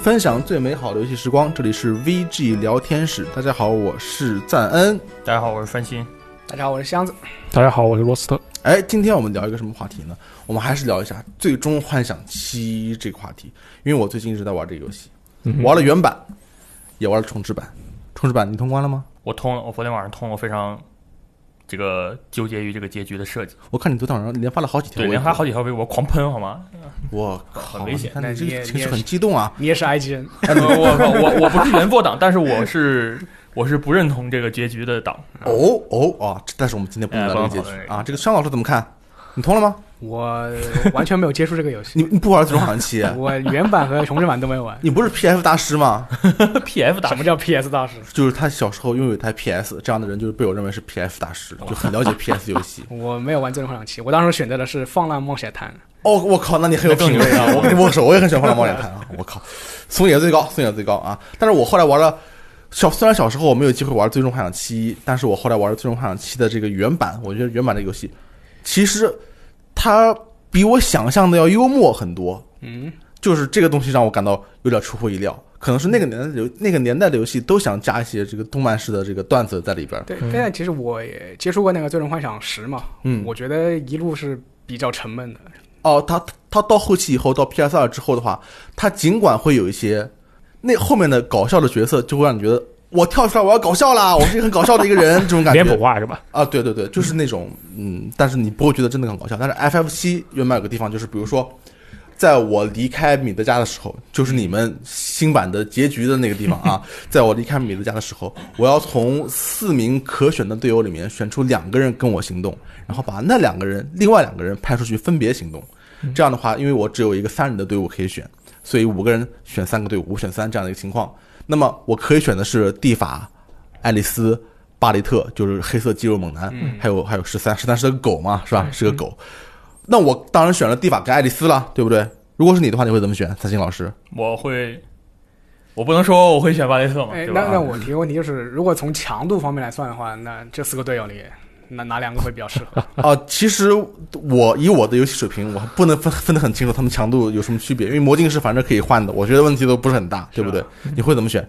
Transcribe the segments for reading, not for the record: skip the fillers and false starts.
分享最美好的游戏时光，这里是 VG 聊天室。大家好，我是赞恩。 大家好，我是范鑫。 大家好，我是箱子。 大家好，我是罗斯特。 今天我们聊一个什么话题呢？我们还是聊一下《最终幻想7》这个话题，因为我最近一直在玩这个游戏，玩了原版，也玩了重置版。重置版你通关了吗？ 我通了，我昨天晚上通了，我非常这个纠结于这个结局的设计。 我看你昨天晚上连发了好几条微博， 对，连发好几条微博，狂喷好吗？ 我靠， 很危险。 你这个情绪很激动啊！ 你也是 IG 人？ 我不是原作党，但是我是不认同这个结局的党。 但是我们今天不能聊这个结局啊。这个商老师怎么看？你通了吗？ 我完全没有接触这个游戏。 你不玩最终幻想7？ 我原版和重置版都没有玩。 你不是 PF 大师吗 ？PF 大师？ 什么叫 PS 大师？ 就是他小时候拥有一台 PS， 这样的人就是被我认为是 PF 大师，就很了解 PS 游戏。 我没有玩最终幻想7，我当时选择的是《放浪冒险滩》。 我靠，那你很有品味啊！我跟你握手，我也很喜欢《放浪冒险滩》啊！我靠，松野最高啊！但是我后来玩了。虽然小时候我没有机会玩最终幻想7，但是我后来玩了最终幻想7的这个原版，我觉得原版的游戏其实它比我想象的要幽默很多。就是这个东西让我感到有点出乎意料，可能是那个年代的游戏都想加一些这个动漫式的这个段子在里边。 对，但其实我也接触过那个最终幻想10嘛，我觉得一路是比较沉闷的。 它到后期以后，到 PS2 之后的话，它尽管会有一些。那后面的搞笑的角色就会让你觉得我跳出来我要搞笑啦，我是一个很搞笑的一个人，这种感觉。 脸谱化是吧？ 啊，对，就是那种但是你不会觉得真的很搞笑。但是 FF7 原本有个地方就是，比如说，在我离开米德家的时候，就是你们新版的结局的那个地方啊，在我离开米德家的时候，我要从4名可选的队友里面选出2个人跟我行动，然后把那另外2个人派出去分别行动。这样的话，因为我只有一个3人的队伍可以选。所以5个人选3个队伍，5选3这样的一个情况。那么我可以选的是蒂法、爱丽丝、巴雷特，就是黑色肌肉猛男，还有13是个狗嘛，是吧？是个狗。那我当然选了蒂法跟爱丽丝了，对不对？如果是你的话，你会怎么选？三星老师？ 我不能说我会选巴雷特嘛。 那我提个问题就是，如果从强度方面来算的话，那这4个队友里。哪2个会比较适合？ 其实以我的游戏水平，我不能分得很清楚他们强度有什么区别，因为魔镜是反正可以换的，我觉得问题都不是很大，对不对？你会怎么选？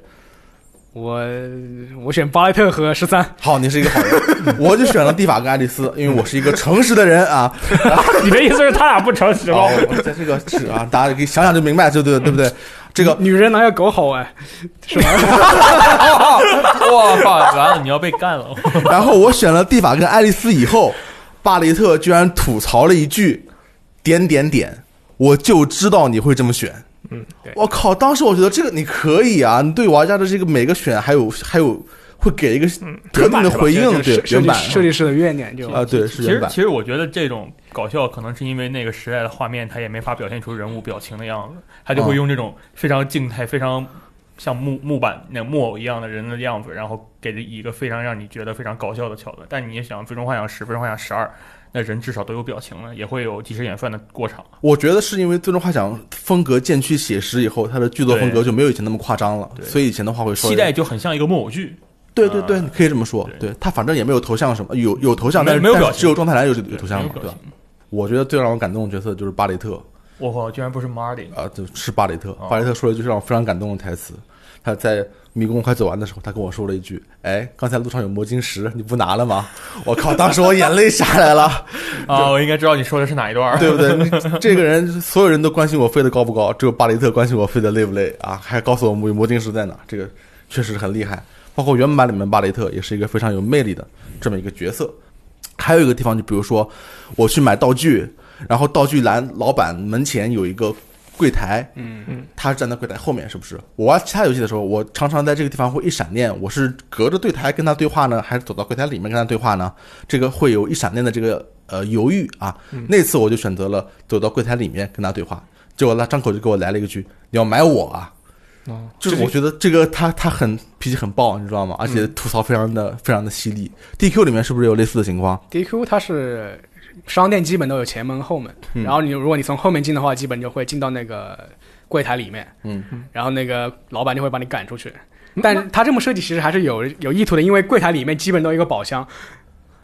我选巴雷特和13。 好，你是一个好人。我就选了蒂法跟爱丽丝，因为我是一个诚实的人啊。 你的意思是他俩不诚实吗？ 在这个是啊，大家可以想想就明白，对不对？这个女人哪有狗好啊？是吧？ 哇靠！完了，你要被干了。 然后我选了蒂法跟爱丽丝以后，巴雷特居然吐槽了一句：我就知道你会这么选。我靠！当时我觉得这个你可以啊，你对玩家的这个每个选还有会给一个特定的回应，对原版设计师的怨念就对是原版。 其实我觉得这种搞笑可能是因为那个时代的画面，它也没法表现出人物表情的样子，他就会用这种非常静态、非常像木板那木偶一样的人的样子，然后给一个非常让你觉得非常搞笑的桥段。但你也想，最终幻想10、最终幻想12。那人至少都有表情了，也会有即时演算的过场。我觉得是因为最终幻想风格渐趋写实以后，它的剧作风格就没有以前那么夸张了，所以以前的话会说期待就很像一个木偶剧。 对，你可以这么说。对，他反正也没有头像什么，有头像，但是没有表情， 只有状态栏有头像，对吧？我觉得最让我感动的角色就是巴雷特。 我靠，居然不是 Marty 啊！就是巴雷特。巴雷特说了一句让我非常感动的台词。他在迷宫快走完的时候，他跟我说了一句：“刚才路上有魔晶石，你不拿了吗？”我靠！当时我眼泪下来了。 我应该知道你说的是哪一段， 对不对？这个人，所有人都关心我飞得高不高，只有巴雷特关心我飞得累不累啊，还告诉我魔晶石在哪。这个确实很厉害。包括原版里面巴雷特也是一个非常有魅力的这么一个角色。还有一个地方，就比如说我去买道具，然后道具栏老板门前有一个柜台，他站在柜台后面，是不是？我玩其他游戏的时候，我常常在这个地方会一闪念，我是隔着柜台跟他对话呢，还是走到柜台里面跟他对话呢？这个会有一闪念的这个犹豫啊。那次我就选择了走到柜台里面跟他对话，结果他张口就给我来了一个句：“你要买我啊！”就是我觉得这个他很脾气很暴，你知道吗？而且吐槽非常的犀利。DQ 里面是不是有类似的情况 ？DQ 它是商店基本都有前门后门，然后如果你从后面进的话，基本就会进到那个柜台里面，然后那个老板就会把你赶出去。但他这么设计其实还是有意图的，因为柜台里面基本都有一个宝箱。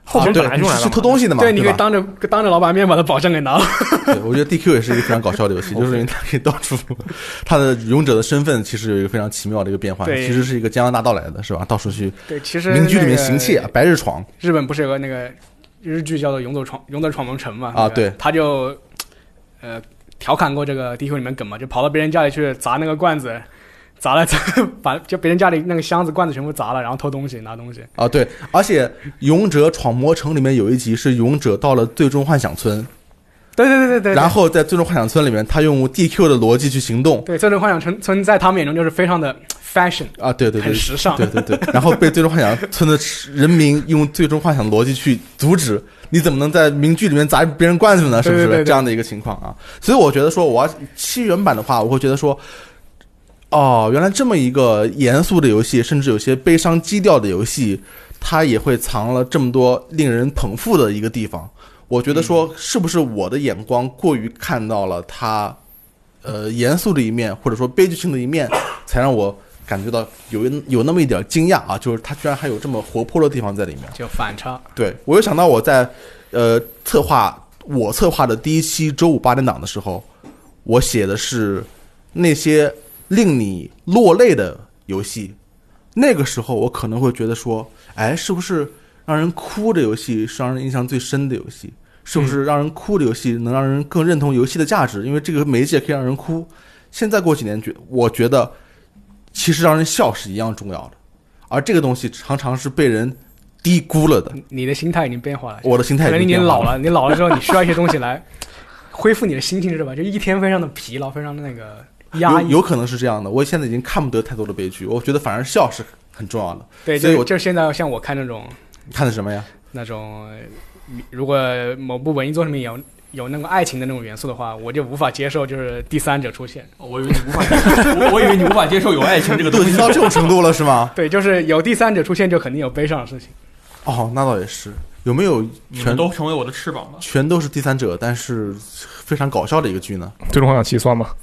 后门对本来用来是偷东西的嘛， 对，你可以吧当着老板面把他宝箱给拿了。 对，我觉得 DQ 也是一个非常搞笑的游戏，就是因为它可以到处，它的勇者的身份其实有一个非常奇妙的一个变换， 对其实是一个江洋大盗来的，是吧？到处去对，其实民居里面行窃，白日闯。 日本不是有个那个日剧叫做《勇者闯蒙城》嘛？ 啊，对， 他就调侃过这个 DQ 里面梗嘛，就跑到别人家里去砸那个罐子。把就别人家里那个箱子罐子全部砸了，然后偷东西拿东西啊，对，而且《勇者闯魔城》里面有一集是勇者到了最终幻想村， 对， 然后在最终幻想村里面，他用 DQ 的逻辑去行动， 对，最终幻想村在他们眼中就是非常的 fashion 啊，对， 很时尚， 对，然后被最终幻想村的人民用最终幻想逻辑去阻止，你怎么能在民居里面砸别人罐子呢？是不是对这样的一个情况啊？所以我觉得说，我要7原版的话，我会觉得说。哦，原来这么一个严肃的游戏，甚至有些悲伤基调的游戏，它也会藏了这么多令人捧腹的一个地方。我觉得说，是不是我的眼光过于看到了它，严肃的一面，或者说悲剧性的一面，才让我感觉到有那么一点惊讶啊，就是它居然还有这么活泼的地方在里面， 就反差。 对，我又想到我在策划的第一期周五8点档的时候，我写的是那些令你落泪的游戏，那个时候我可能会觉得说，哎，是不是让人哭的游戏是让人印象最深的游戏？是不是让人哭的游戏能让人更认同游戏的价值？因为这个媒介可以让人哭。现在过几年，我觉得其实让人笑是一样重要的，而这个东西常常是被人低估了的。 你的心态已经变化了， 我的心态已经变化了。 可能你老了，你老了之后，你需要一些东西来恢复你的心情，知道吧？就一天非常的疲劳，非常的那个。 有可能是这样的，我现在已经看不得太多的悲剧，我觉得反而笑是很重要的。 对， 所以就现在像我看那种， 看的什么呀？ 那种如果某部文艺作品里面有那个爱情的那种元素的话，我就无法接受，就是第三者出现。 我以为你无法接受，我以为你无法接受有爱情这个东西， 都已经到这种程度了是吗？ 对，就是有第三者出现，就肯定有悲伤的事情。 哦，那倒也是。有没有全都成为我的翅膀吧？ 全都是第三者，但是非常搞笑的一个剧呢？ 最终幻想7算吗？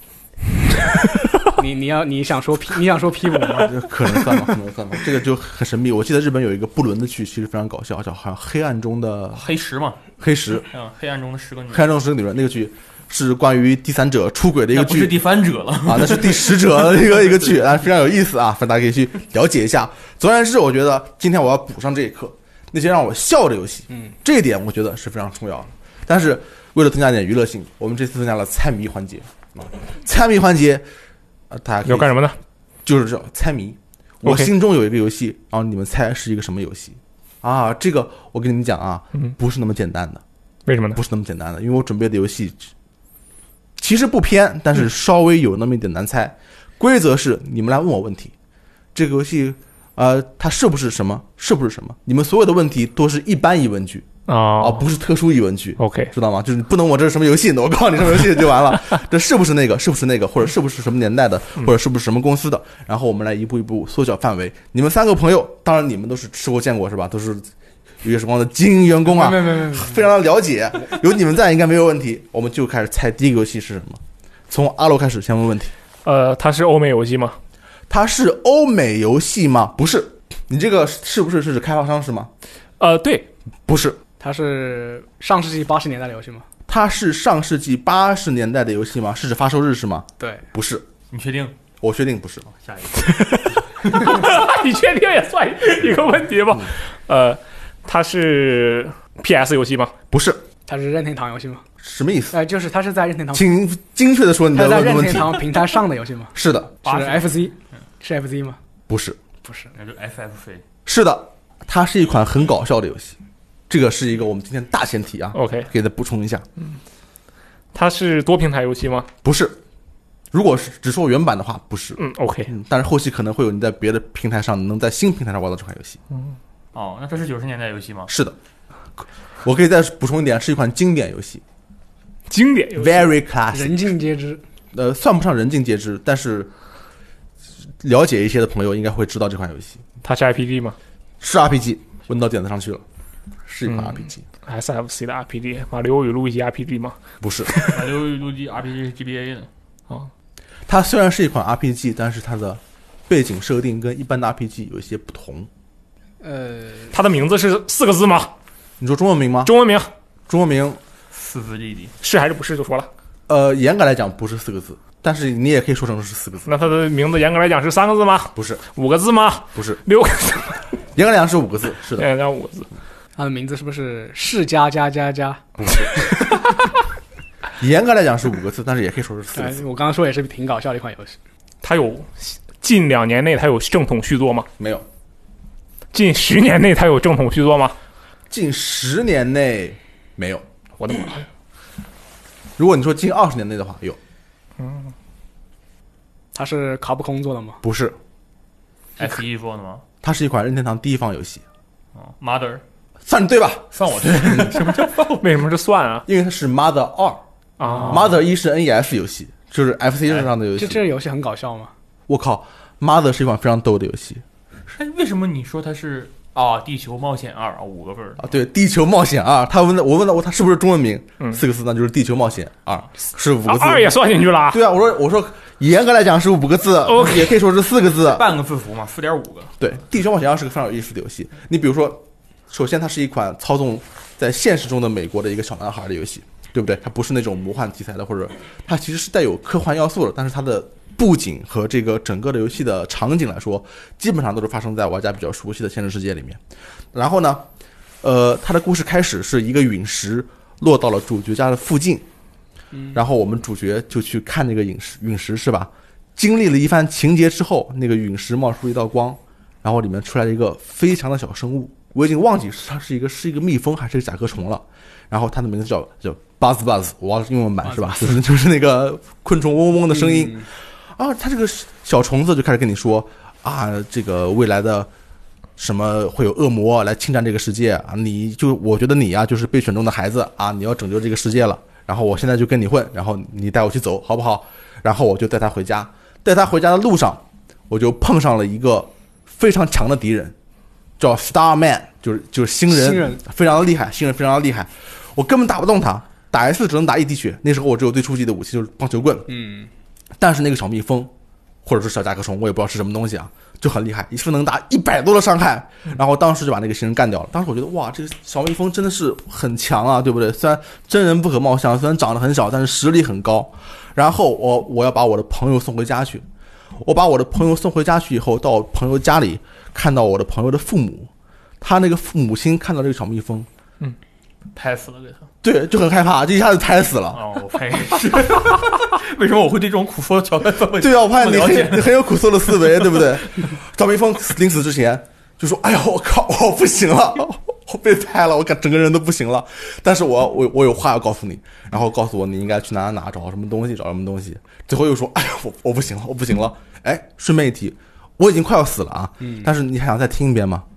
你想说 P5吗？ 可能算吧，这个就很神秘。我记得日本有一个不伦的剧，其实非常搞笑，叫好像黑暗中的黑石嘛， 黑石， 黑暗中的10个女人， 黑暗中的10个女人，那个剧是关于第三者出轨的一个剧， 不是第三者了啊，那是第10者的一个剧啊，非常有意思啊，反正大家可以去了解一下。总而言之，我觉得今天我要补上这一课，那些让我笑的游戏，这一点我觉得是非常重要的。但是为了增加点娱乐性，我们这次增加了猜谜环节。猜谜环节，大家要干什么呢？ 就是这猜谜。我心中有一个游戏，然后你们猜是一个什么游戏啊？这个我跟你们讲啊，不是那么简单的。 为什么呢？ 不是那么简单的，因为我准备的游戏其实不偏，但是稍微有那么一点难猜。规则是你们来问我问题，这个游戏它是不是什么？是不是什么？你们所有的问题都是一般疑问句。不是特殊疑问句 ，OK， 知道吗？就是你不能我这是什么游戏呢？我告诉你什么游戏就完了。这是不是那个？是不是那个？或者是不是什么年代的？或者是不是什么公司的？然后我们来一步一步缩小范围。你们3个朋友，当然你们都是吃过见过是吧？都是月时光的精英员工啊，非常的了解。有你们在应该没有问题。我们就开始猜第一个游戏是什么。从阿罗开始先问问题。 它是欧美游戏吗？ 它是欧美游戏吗？不是。你这个是不是指开发商是吗？ 对， 不是。 它是上世纪80年代的游戏吗？ 它是上世纪80年代的游戏吗？是指发售日是吗？ 对， 不是。 你确定？ 我确定不是。 下一个， 你确定也算一个问题吧？它是 PS 游戏吗？ 不是。 它是任天堂游戏吗？ 什么意思？ 就是它是在任天堂， 请精确的说你的问题。 它在任天堂平台上的游戏吗？ 是的。 是 FC， 是 FC 吗？ 不是， 不是， 那就 FF 是的，它是一款很搞笑的游戏。这个是一个我们今天大前提啊 ，OK， 给它补充一下。 它是多平台游戏吗？ 不是，如果是只说原版的话，不是。 OK， 但是后期可能会有你在别的平台上能在新平台上玩到这款游戏。 那这是90年代游戏吗？ 是的，我可以再补充一点，是一款经典游戏。 经典游戏 ，very classic， 人尽皆知。 算不上人尽皆知，但是了解一些的朋友应该会知道这款游戏。 它是 RPG 吗？ 是 RPG， 问到点子上去了。是一款 RPG，SFC 的 RPG， 马里奥与路易吉 RPG 吗？ 不是， 马里奥与路易吉 RPG 是 GBA 的。 它虽然是一款 RPG， 但是它的背景设定跟一般的 RPG 有一些不同。 它的名字是4个字吗？ 你说中文名吗？ 中文名中文名四字弟弟是还是不是就说了。 严格来讲不是4个字，但是你也可以说成是4个字。 那他的名字严格来讲是3个字吗？ 不是 ，5个字吗？ 不是 ，6个字。 严格来讲是5个字，是的。 严格来讲5个字。 他的名字是不是世加加加加？ 不是。严格来讲是5个字，但是也可以说是4个字。 我刚刚说也是挺搞笑的一款游戏。 它有近2年内它有正统续作吗？ 没有。 近10年内它有正统续作吗？ 近10年内没有。 我的妈！ 如果你说近20年内的话，有。 它是卡普空做的吗？ 不是。 SE 做的吗？ 它是一款任天堂第一方游戏。 Mother 算你对吧？ 算我对。什么叫算我？ 为什么是算啊？ 因为它是 Mother 2 啊 ，Mother 1是 NES 游戏，就是 FC 上的游戏。 这游戏很搞笑吗？ 我靠 ，Mother 是一款非常逗的游戏。 哎，为什么你说它是地球冒险2啊？5个字啊，对，地球冒险2。我问到它是不是中文名？4个字，那就是地球冒险2，是5个字。 2也算进去了。 对啊，我说严格来讲是5个字，也可以说是4个字， 半个字符嘛，4.5个。 对，地球冒险2是个非常有意思的游戏。你比如说，首先它是一款操纵在现实中的美国的一个小男孩的游戏，对不对？它不是那种魔幻题材的，或者它其实是带有科幻要素的，但是它的布景和这个整个的游戏的场景来说，基本上都是发生在玩家比较熟悉的现实世界里面。然后呢，它的故事开始是一个陨石落到了主角家的附近，然后我们主角就去看那个陨石是吧？经历了一番情节之后，那个陨石冒出一道光，然后里面出来了一个非常的小生物，我已经忘记它是一个蜜蜂还是一个甲壳虫了。然后它的名字叫 Buzz， 我忘了英文版是吧？就是那个昆虫嗡嗡的声音。它这个小虫子就开始跟你说这个未来的什么会有恶魔来侵占这个世界啊！我觉得你就是被选中的孩子啊，你要拯救这个世界了。然后我现在就跟你混，然后你带我去走好不好？然后我就带他回家，带他回家的路上，我就碰上了一个非常强的敌人，叫 Starman， 就是星人，非常的厉害，星人非常的厉害，我根本打不动他，打一次只能打1滴血。那时候我只有最初级的武器就是棒球棍，但是那个小蜜蜂或者是小甲壳虫，我也不知道是什么东西就很厉害，一次能打100多的伤害。然后当时就把那个星人干掉了。当时我觉得哇，这个小蜜蜂真的是很强对不对？虽然真人不可貌相，虽然长得很小，但是实力很高。然后我要把我的朋友送回家去。我把我的朋友送回家去以后，到我朋友家里看到我的朋友的父母，他那个母亲看到这个小蜜蜂， 拍死了给他。 对，就很害怕，就一下子拍死了。 我发现是。为什么我会对这种苦涩的桥段这么？ 对我发现你很有苦涩的思维，对不对？小蜜蜂临死之前就说：“哎呀，我靠，我不行了，我被拍了，我整个人都不行了。但是我有话要告诉你，然后告诉我你应该去哪找什么东西，找什么东西。最后又说：哎呀，我不行了，我不行了。哎，顺便一提，我已经快要死了但是你还想再听一遍吗？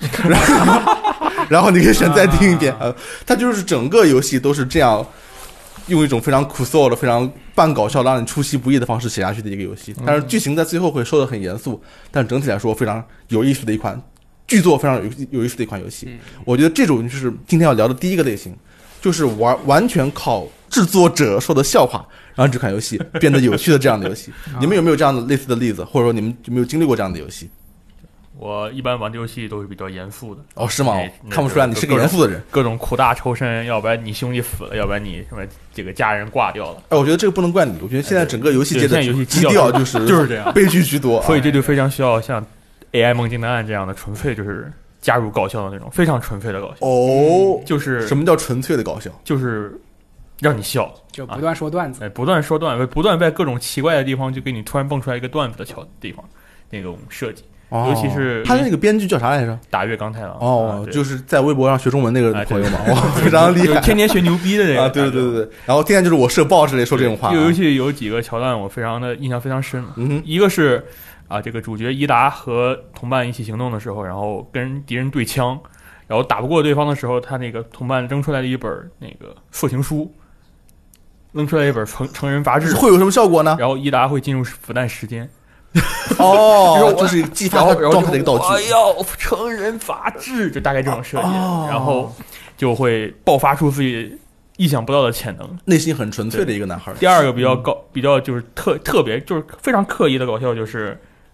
然后你可以选再听一遍它就是整个游戏都是这样。”用一种非常苦涩的、非常半搞笑、让你出其不意的方式写下去的一个游戏，但是剧情在最后会说得很严肃，但整体来说非常有意思的一款剧作，非常有意思的一款游戏。我觉得这种就是今天要聊的第一个类型，就是完全靠制作者说的笑话，让这款游戏变得有趣的这样的游戏。你们有没有这样的类似的例子，或者说你们有没有经历过这样的游戏？ 我一般玩的游戏都是比较严肃的。 是吗？看不出来你是个严肃的人。 各种苦大仇深，要不然你兄弟死了，要不然你什么这个家人挂掉了。 我觉得这个不能怪你。我觉得现在整个游戏界的基调就是这样， 悲剧居多。 所以这就非常需要像 AI 梦境的案这样的纯粹就是加入搞笑的那种，非常纯粹的搞笑。就是什么叫纯粹的搞笑？ 就是让你笑， 就不断说段子， 不断说段子，不断在各种奇怪的地方就给你突然蹦出来一个段子的地方，那种设计。尤其是他那个编剧叫啥来着？ 打月刚太郎。 就是在微博上学中文那个朋友嘛，非常厉害， 天天学牛逼的这个对。然后天天就是我社报之类说这种话。 尤其有几个桥段我非常的印象非常深。一个是这个主角伊达和同伴一起行动的时候，然后跟敌人对枪，然后打不过对方的时候，他那个同伴扔出来了一本那个色情书，扔出来一本成人杂志， 会有什么效果呢？ 然后伊达会进入腐烂时间。 这是激发他状态的一个道具。 我要成人杂志，就大概这种设计，然后就会爆发出自己意想不到的潜能， 内心很纯粹的一个男孩。 第二个比较就是特别就是非常刻意的搞笑，就是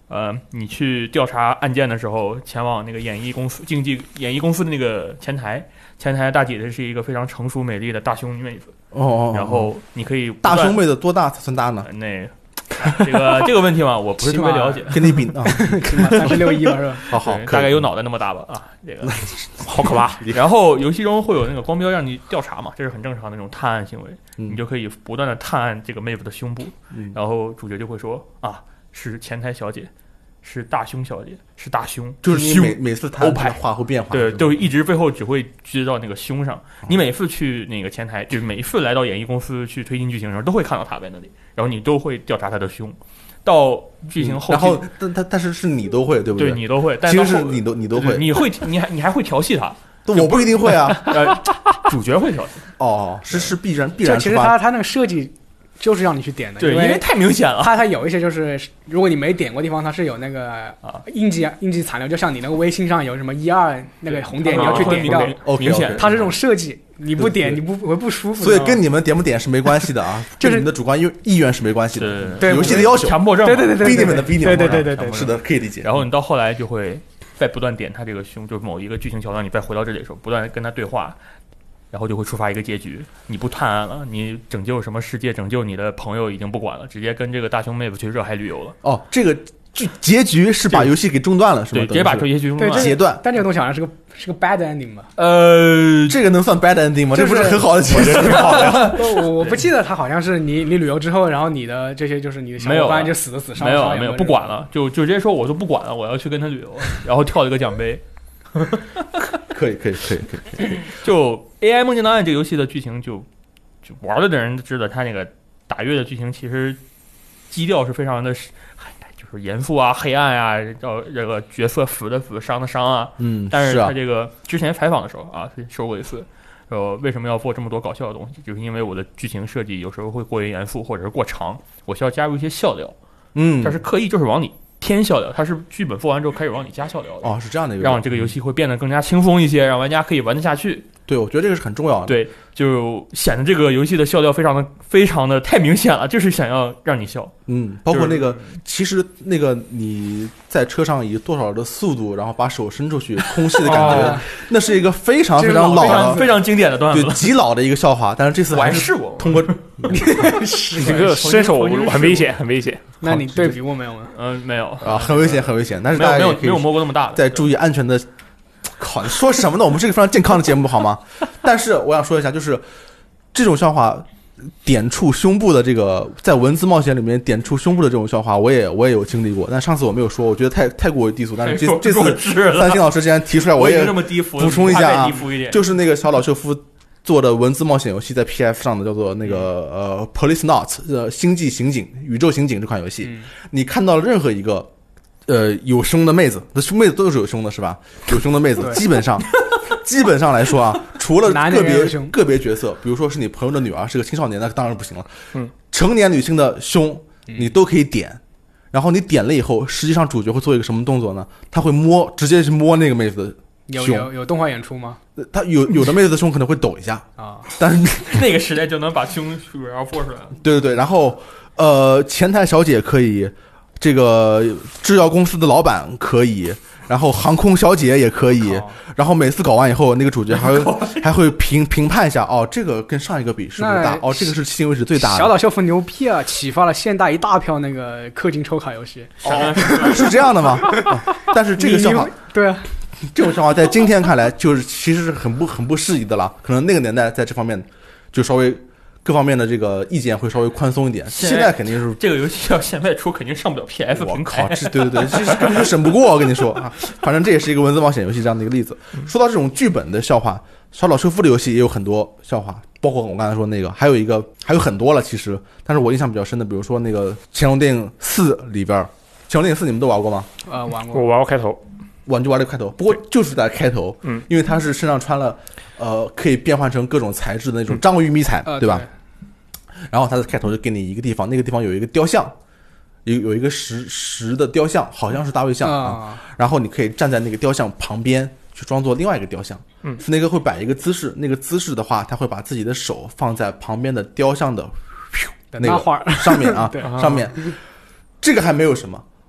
你去调查案件的时候，前往那个演艺公司的那个前台大姐是一个非常成熟美丽的大胸女妹子。然后你可以大胸妹子多大才算大呢？ 这个问题嘛，我不是特别了解。 跟你比啊 ，36亿吧是吧？ 好， 大概有脑袋那么大吧啊，这个好可怕。 然后游戏中会有那个光标让你调查嘛，这是很正常的那种探案行为，你就可以不断的探案这个妹子的胸部，然后主角就会说啊，是前台小姐。是大胸小姐，是大胸， 就是你每次他画会变化， 对，就一直最后只会聚焦到那个胸上。你每次去那个前台，就是每一次来到演艺公司去推进剧情的时候，都会看到他在那里，然后你都会调查他的胸。到剧情后期， 然后但是你都会对不对？ 对，你都会，但其实是你都会， 你还会调戏他， 我不一定会啊。 主角会调戏。 哦，是必然。 其实他那个设计。就是让你去点的， 对，因为太明显了。 它有一些就是，如果你没点过地方，它是有那个印记残留，就像你那个微信上有什么1、2那个红点，你要去点掉。 明显， 它是这种设计，你不点你会不舒服。 所以跟你们点不点是没关系的啊，就是你们的主观意愿是没关系的。 对， 游戏的要求， 强迫症， 对， 逼你们的，逼你们的，对， 是的，可以理解。 然后你到后来就会再不断点他这个胸，就某一个剧情桥段，你再回到这里的时候，不断跟他对话。然后就会触发一个结局，你不探案了，你拯救什么世界，拯救你的朋友已经不管了，直接跟这个大胸妹子去热海旅游了。 哦，这个结局是把游戏给中断了，是吧？ 对，直接把这结局中断了。 截断。 但这个东西好像是个 bad ending 嘛？ 这个能算 bad ending 吗？这不是很好的结局吗？我不记得他好像是你旅游之后，然后你的这些就是你的小伙伴就死的死， 没有不管了，就直接说我就不管了，我要去跟他旅游，然后跳了一个奖杯。 可以。 就 AI 梦境档案这个游戏的剧情就玩了的人知道，他那个打月的剧情其实基调是非常的，就是严肃啊、黑暗啊，这个角色死的死、伤的伤啊。但是他这个之前采访的时候啊，说过一次，为什么要做这么多搞笑的东西？就是因为我的剧情设计有时候会过于严肃，或者是过长，我需要加入一些笑料。它是刻意就是往你添笑料，它是剧本做完之后开始往你加笑料的。 哦，是这样的一个， 让这个游戏会变得更加轻松一些，让玩家可以玩得下去。 对，我觉得这个是很重要的。 对，就显得这个游戏的笑料非常的太明显了，就是想要让你笑。 包括那个，其实那个你在车上以多少的速度，然后把手伸出去空气的感觉，那是一个非常非常老的、 非常经典的段子， 对，极老的一个笑话。但是这次我还试过， 通过这个伸手很危险，很危险。 那你对比过没有吗？ 没有啊，很危险，很危险。但是大家没有摸过那么大的， 在注意安全的。靠，你说什么呢？我们是一个非常健康的节目，好吗？但是我想说一下，就是这种笑话点触胸部的这个，在文字冒险里面点触胸部的这种笑话，我也有经历过。但上次我没有说，我觉得太过于低俗。但是这次三星老师既然提出来，我也补充一下啊，就是那个小岛秀夫做的文字冒险游戏，在 PF 上的叫做那个Police Not 星际刑警宇宙刑警这款游戏，你看到了任何一个。有胸的妹子，妹子都是有胸的，是吧？有胸的妹子，基本上来说啊，除了个别角色，比如说是你朋友的女儿是个青少年，那当然不行了。成年女性的胸你都可以点，然后你点了以后，实际上主角会做一个什么动作呢？他会直接去摸那个妹子的胸。 有动画演出吗？ 他有的妹子的胸可能会抖一下啊，但是那个时代就能把胸然后做出来了。 对，然后前台小姐可以。这个制药公司的老板可以，然后航空小姐也可以，然后每次搞完以后，那个主角还会评判一下，哦，这个跟上一个比是不是大？哦，这个是迄今为止最大的。 小岛秀夫牛批啊，启发了现代一大票那个氪金抽卡游戏。 是这样的吗？但是这个笑话， 对啊， 这种笑话在今天看来就是其实是很不适宜的了。可能那个年代在这方面就稍微。各方面的这个意见会稍微宽松一点，现在肯定是这个游戏要现在出，肯定上不了 PS 平台。 对，这是根本就审不过，我跟你说啊。反正这也是一个文字冒险游戏这样的一个例子。说到这种剧本的笑话，小岛秀夫的游戏也有很多笑话，包括我刚才说那个，还有很多了其实。但是我印象比较深的，比如说那个《乾隆电影4》里边，《乾隆电影4》你们都玩过吗？ 玩过， 我玩过开头。 我就玩了开头，不过就是在开头，因为他是身上穿了可以变换成各种材质的那种章鱼迷彩，对吧？然后他的开头就给你一个地方，那个地方有一个雕像，有一个石的雕像，好像是大卫像啊。然后你可以站在那个雕像旁边去装作另外一个雕像，是那个会摆一个姿势，那个姿势的话，他会把自己的手放在旁边的雕像的那个上面啊，上面。这个还没有什么，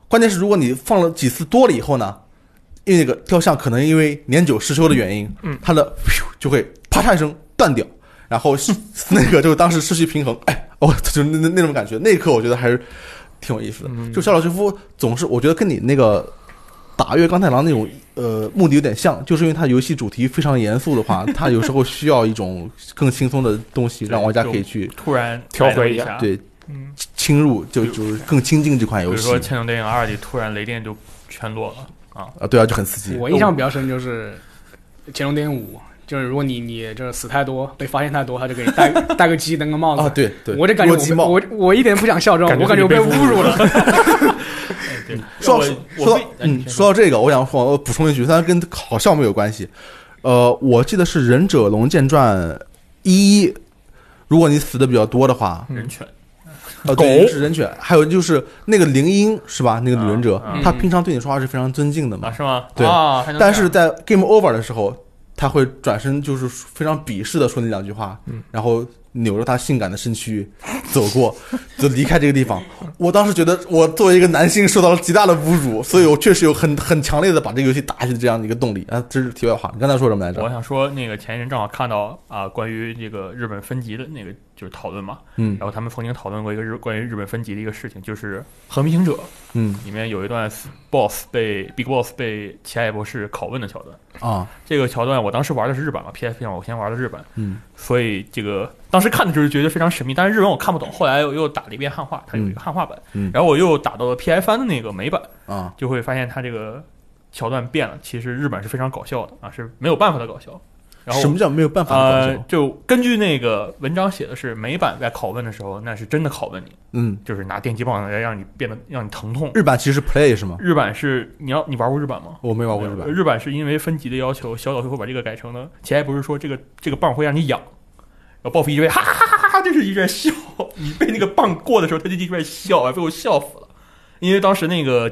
关键是如果你放了几次多了以后呢，因为那个雕像可能因为年久失修的原因，它的就会啪嚓一声断掉，然后那个就当时失去平衡，就那种感觉，那一刻我觉得还是挺有意思的。就小岛秀夫总是我觉得跟你那个打越钢太郎那种目的有点像，就是因为它游戏主题非常严肃的话，它有时候需要一种更轻松的东西，让玩家可以去突然调回一下， 对，侵入就是更亲近这款游戏。 比如说《千种电影2》里突然雷电就全落了啊， 对啊，就很刺激。 我印象比较深就是《潜龙电影5》，就是如果你就是死太多，被发现太多，他就给你戴个鸡登个帽子啊，对对， 我就感觉我一点不想笑这种，我感觉我被侮辱了。 说到这个，我想补充一句，虽然跟好笑没有关系，我记得是《忍者龙剑传1》，如果你死的比较多的话， 人犬。 对，是人犬。还有就是那个铃音是吧？那个女忍者，她平常对你说话是非常尊敬的嘛？ 是吗？ 对。但是在 Game Over 的时候，她会转身就是非常鄙视的说那两句话，然后扭着她性感的身躯走过，就离开这个地方。我当时觉得我作为一个男性受到了极大的侮辱，所以我确实有很强烈的把这个游戏打下去的这样的一个动力啊。这是题外话，你刚才说什么来着？ 我想说那个前一阵正好看到关于这个日本分级的那个就是讨论嘛，然后他们曾经讨论过一个关于日本分级的一个事情，就是和平行者，里面有一段 Big Boss 被奇爱博士拷问的桥段啊。 这个桥段我当时玩的是日版嘛 ，PSP 上我先玩的日版，所以这个当时看的就是觉得非常神秘，但是日文我看不懂，后来我又打了一遍汉化，它有一个汉化版，然后我又打到了 PS3的那个美版啊， 就会发现它这个桥段变了，其实日版是非常搞笑的啊，是没有办法的搞笑。然后什么叫没有办法的搞笑？ 就根据那个文章写的是美版在拷问的时候，那是真的拷问你，就是拿电击棒来让你疼痛。 日版其实是 play 是吗？ 日版是你玩过日版吗？ 我没玩过日版。 日版是因为分级的要求，小岛秀夫把这个改成了，其还不是说这个棒会让你痒，然后报复一直被哈哈哈哈哈，就是一直在笑。你被那个棒过的时候，他就一直在笑，被我笑死了。因为当时那个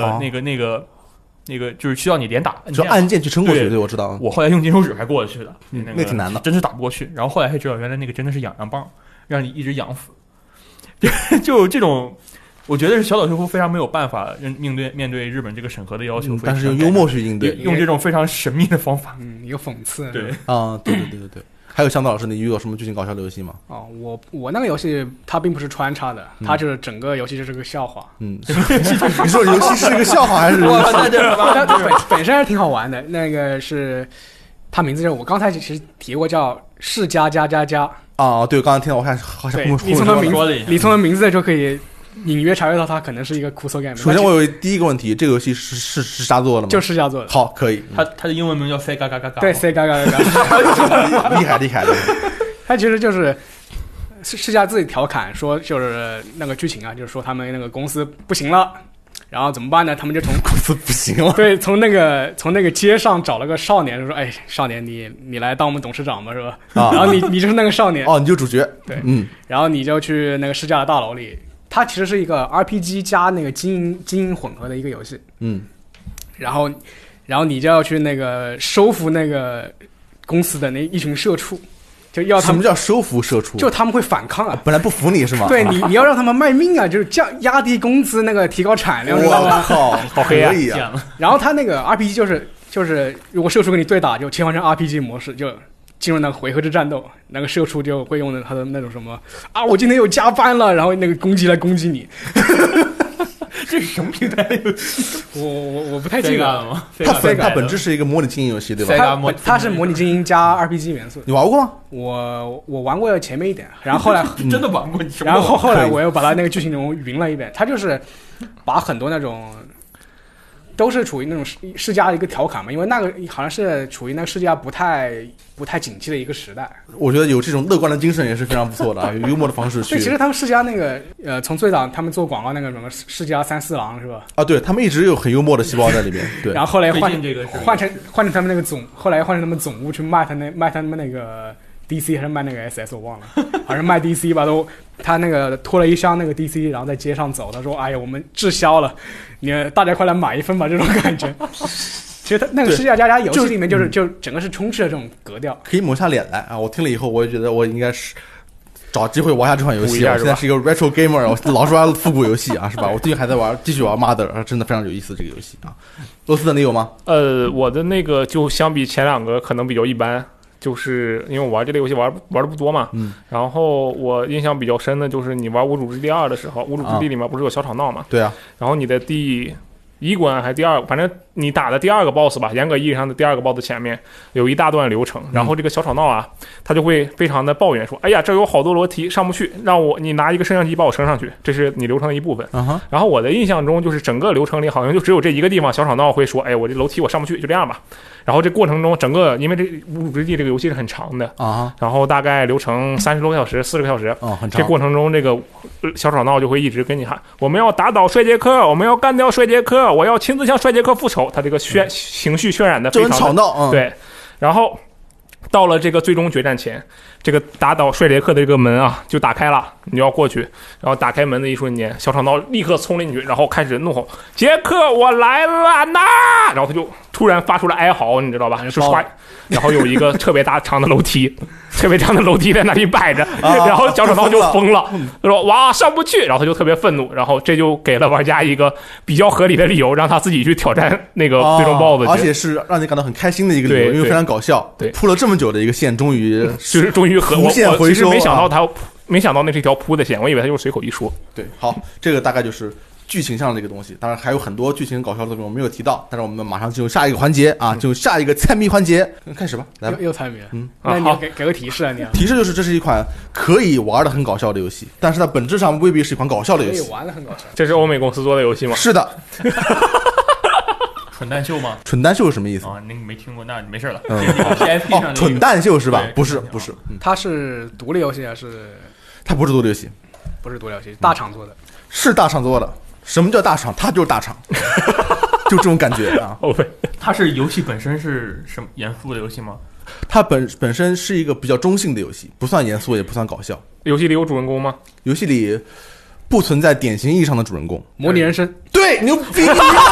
就是需要你连打， 就按键去撑过去。对，我知道。 我后来用金手指还过得去的， 那挺难的， 真是打不过去。然后后来才知道，原来那个真的是痒棒，让你一直痒死。就这种，我觉得是小岛秀夫非常没有办法面对日本这个审核的要求， 但是用幽默去应对， 用这种非常神秘的方法， 一个讽刺。 对啊，对。还有香道老师，你遇到什么剧情搞笑的游戏吗？ 我那个游戏它并不是穿插的，它就是整个游戏就是个笑话。 你说游戏是个笑话还是？ 它本身还是挺好玩的。那个是它名字就是我刚才其实提过叫世加加加加啊，对，刚才听到我看好像你从的名字就可以隐约察觉到它可能是一一个酷搜 game。 首先我有第一个问题，这个游戏是世嘉做的吗？ 就世嘉做的。 好，可以。 它的英文名叫 C 嘎嘎嘎嘎。 对 C 嘎嘎嘎嘎。 厉害。 它其实就是世嘉自己调侃说，就是那个剧情啊，就是说他们那个公司不行了，然后怎么办呢？他们就从公司不行了， 对，从那个街上找了个少年，就说：“哎，少年，你来当我们董事长吧，是吧？”然后你就是那个少年， 你就主角， 对，然后你就去那个世嘉的大楼里。它其实是一个 RPG 加那个经营混合的一个游戏，然后你就要去那个收服那个公司的那一群社畜，就要他们。 什么叫收服社畜？ 就他们会反抗啊， 本来不服你是吗？ 对，你要让他们卖命啊，就是压低工资，那个提高产量，知道吗？ 好黑啊！ 然后他那个 RPG 就是如果社畜跟你对打，就切换成 RPG 模式，就进入那个回合制战斗，那个社畜就会用他的那种什么啊，我今天又加班了，然后那个攻击来攻击你。 这是什么平台的游戏？ 我不太记得了吗？ 它本质是一个模拟经营游戏，对吧？ 它是模拟经营加 RPG 元素。 你玩过吗？ 我玩过前面一点，然后后来真的玩过， 然后后来我又把它那个剧情内容云了一遍。它就是把很多那种。都是处于那种世嘉的一个调侃嘛，因为那个好像是处于那个世嘉不太景气的一个时代。 我觉得有这种乐观的精神也是非常不错的啊，有幽默的方式去。 对，其实他们世嘉那个从最早他们做广告那个什么世嘉三四郎是吧？ 啊，对他们一直有很幽默的细胞在里面。对， 然后后来换成他们那个后来换成他们总务去卖他们那个 DC 还是卖那个 SS 我忘了，好像卖 DC 吧都。他那个拖了一箱那个 DC， 然后在街上走，他说：“哎呀，我们滞销了，大家快来买一份吧！”这种感觉。其实他那个世嘉加加游戏里面就整个是充斥着这种格调， 可以抹下脸来啊！我听了以后，我也觉得我应该是找机会玩一下这款游戏。我现在是一个 retro gamer， 我老是玩复古游戏啊，是吧？我最近还在继续玩 Mother， 真的非常有意思这个游戏啊。罗斯的你有吗？ 我的那个就相比前两个可能比较一般。就是因为我玩这类游戏玩的不多嘛，然后我印象比较深的就是你玩《无主之地2》的时候，《无主之地》里面不是有小吵闹嘛？ 对啊。 然后你的第1关还是第2，反正你打的第2个 BOSS 吧，严格意义上的第2个 BOSS 前面有一大段流程，然后这个小吵闹啊，他就会非常的抱怨说：“哎呀，这有好多楼梯上不去，让你拿一个升降机把我升上去。”这是你流程的一部分。然后我的印象中就是整个流程里好像就只有这一个地方，小吵闹会说：“哎，我这楼梯我上不去，就这样吧。”然后这过程中，整个因为这《无主之地》这个游戏是很长的啊， 然后大概流程30多个小时、40个小时， 很长。 这过程中，这个小吵闹就会一直跟你喊：“我们要打倒帅杰克，我们要干掉帅杰克，我要亲自向帅杰克复仇。”他这个情绪渲染的非常的吵闹， 对。然后到了这个最终决战前，这个打倒帅杰克的这个门啊就打开了，你要过去，然后打开门的一瞬间，小吵闹立刻冲进去，然后开始怒吼：“杰克，我来了呐！”然后他就突然发出了哀嚎，你知道吧？就刷，然后有一个特别大长的楼梯，特别长的楼梯在那里摆着，然后小吵闹就疯了，他说：“哇，上不去！”然后他就特别愤怒，然后这就给了玩家一个比较合理的理由，让他自己去挑战那个最终 BOSS， 而且是让你感到很开心的一个理由，因为非常搞笑。 对， 铺了这么久的一个线，终于无限回收。 其实没想到没想到那是一条铺的线，我以为他就是随口一说。 对，好，这个大概就是剧情上的一个东西，当然还有很多剧情搞笑的作品我没有提到，但是我们马上进入下一个环节啊，进入下一个猜谜环节，开始吧，来吧。 又猜谜了，那你要给个提示啊，你要提示就是这是一款可以玩的很搞笑的游戏，但是它本质上未必是一款搞笑的游戏。 可以玩的很搞笑。 这是欧美公司做的游戏吗？ 是的。 蠢蛋秀吗？ 蠢蛋秀是什么意思？ 那你没听过，那没事了。 PSP 上蠢蛋秀是吧？不是， 它是独立游戏还是？ 它不是独立游戏， 不是独立游戏，大厂做的。 是大厂做的。什么叫大厂？它就是大厂，就这种感觉啊。 它是游戏本身是什么严肃的游戏吗？ 它本身是一个比较中性的游戏，不算严肃，也不算搞笑。 游戏里有主人公吗？ 游戏里不存在典型意义上的主人公。 模拟人生， 对，牛逼！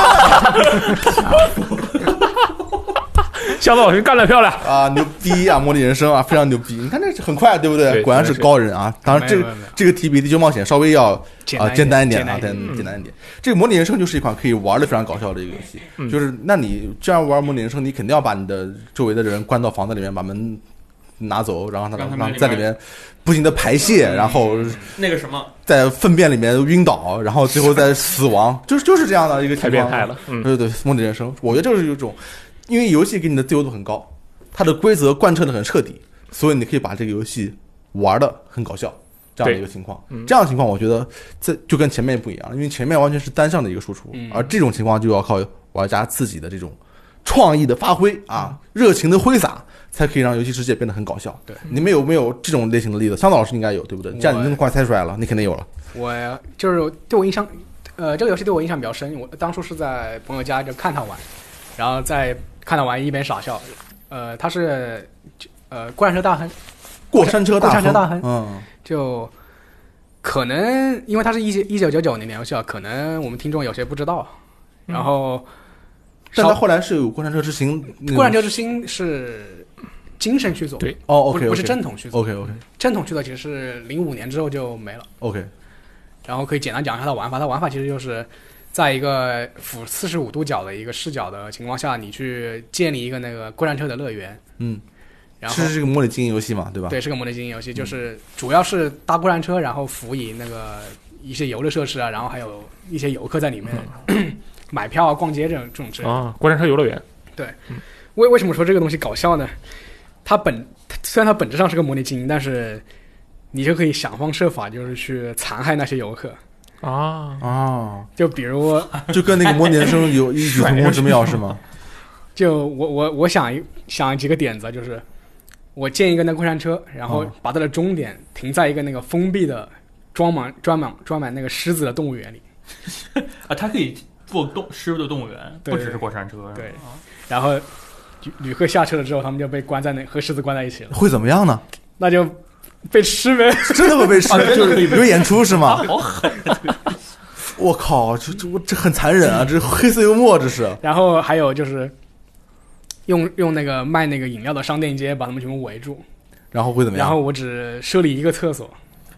箱子老师干得漂亮啊，牛逼啊！模拟人生啊，非常牛逼！你看这很快，对不对？果然是高人啊！当然，这个题比地球冒险稍微要简单一点啊，简单一点。这个模拟人生就是一款可以玩的非常搞笑的一个游戏。就是那你这样玩模拟人生，你肯定要把你的周围的人关到房子里面，把门拿走，然后让在里面不停的排泄，然后那个什么， 在粪便里面晕倒，然后最后再死亡，就是这样的一个情况。 太变态了， 对，模拟人生，我觉得就是有一种。因为游戏给你的自由度很高，它的规则贯彻的很彻底，所以你可以把这个游戏玩的很搞笑，这样的一个情况。这样的情况，我觉得就跟前面不一样，因为前面完全是单向的一个输出，而这种情况就要靠玩家自己的这种创意的发挥啊，热情的挥洒，才可以让游戏世界变得很搞笑。 对， 你们有没有这种类型的例子？香岛老师应该有，对不对？这样你那么快猜出来了，你肯定有了。 我就是对我印象，这个游戏对我印象比较深。我当初是在朋友家就看他玩，然后在看他玩一边傻笑。他是过山车大亨， 过山车大亨，就可能因为它是1999年的游戏啊，可能我们听众有些不知道。然后， 但他后来是有过山车之星， 过山车之星是精神续作， 对， OK， 不是正统续作 ，OK， 正统续作其实是05年之后就没了 ，OK。 然后可以简单讲一下它的玩法，它玩法其实就是在一个俯45度角的一个视角的情况下，你去建立一个那个过山车的乐园。然后是个模拟经营游戏嘛，对吧？ 对，是个模拟经营游戏，就是主要是搭过山车，然后辅以那个一些游乐设施啊，然后还有一些游客在里面买票啊、逛街这种之类的啊。过山车游乐园。 对，为什么说这个东西搞笑呢？虽然它本质上是个模拟经营，但是你就可以想方设法就是去残害那些游客。就比如就跟那个模拟人生有异曲同工之妙是吗？ 就我想几个点子，就是我建一个那过山车，然后把它的终点停在一个那个封闭的装满那个狮子的动物园里啊，它可以做狮子的动物园，不只是过山车。 对，然后旅客下车了之后，他们就被关在和狮子关在一起了。 会怎么样呢？ 那就被吃呗， 真的会被吃，就是有演出是吗？ 好狠！ 我靠，这很残忍啊！这黑色幽默这是。 然后还有就是用那个卖那个饮料的商店街把他们全部围住， 然后会怎么样？ 然后我只设立一个厕所，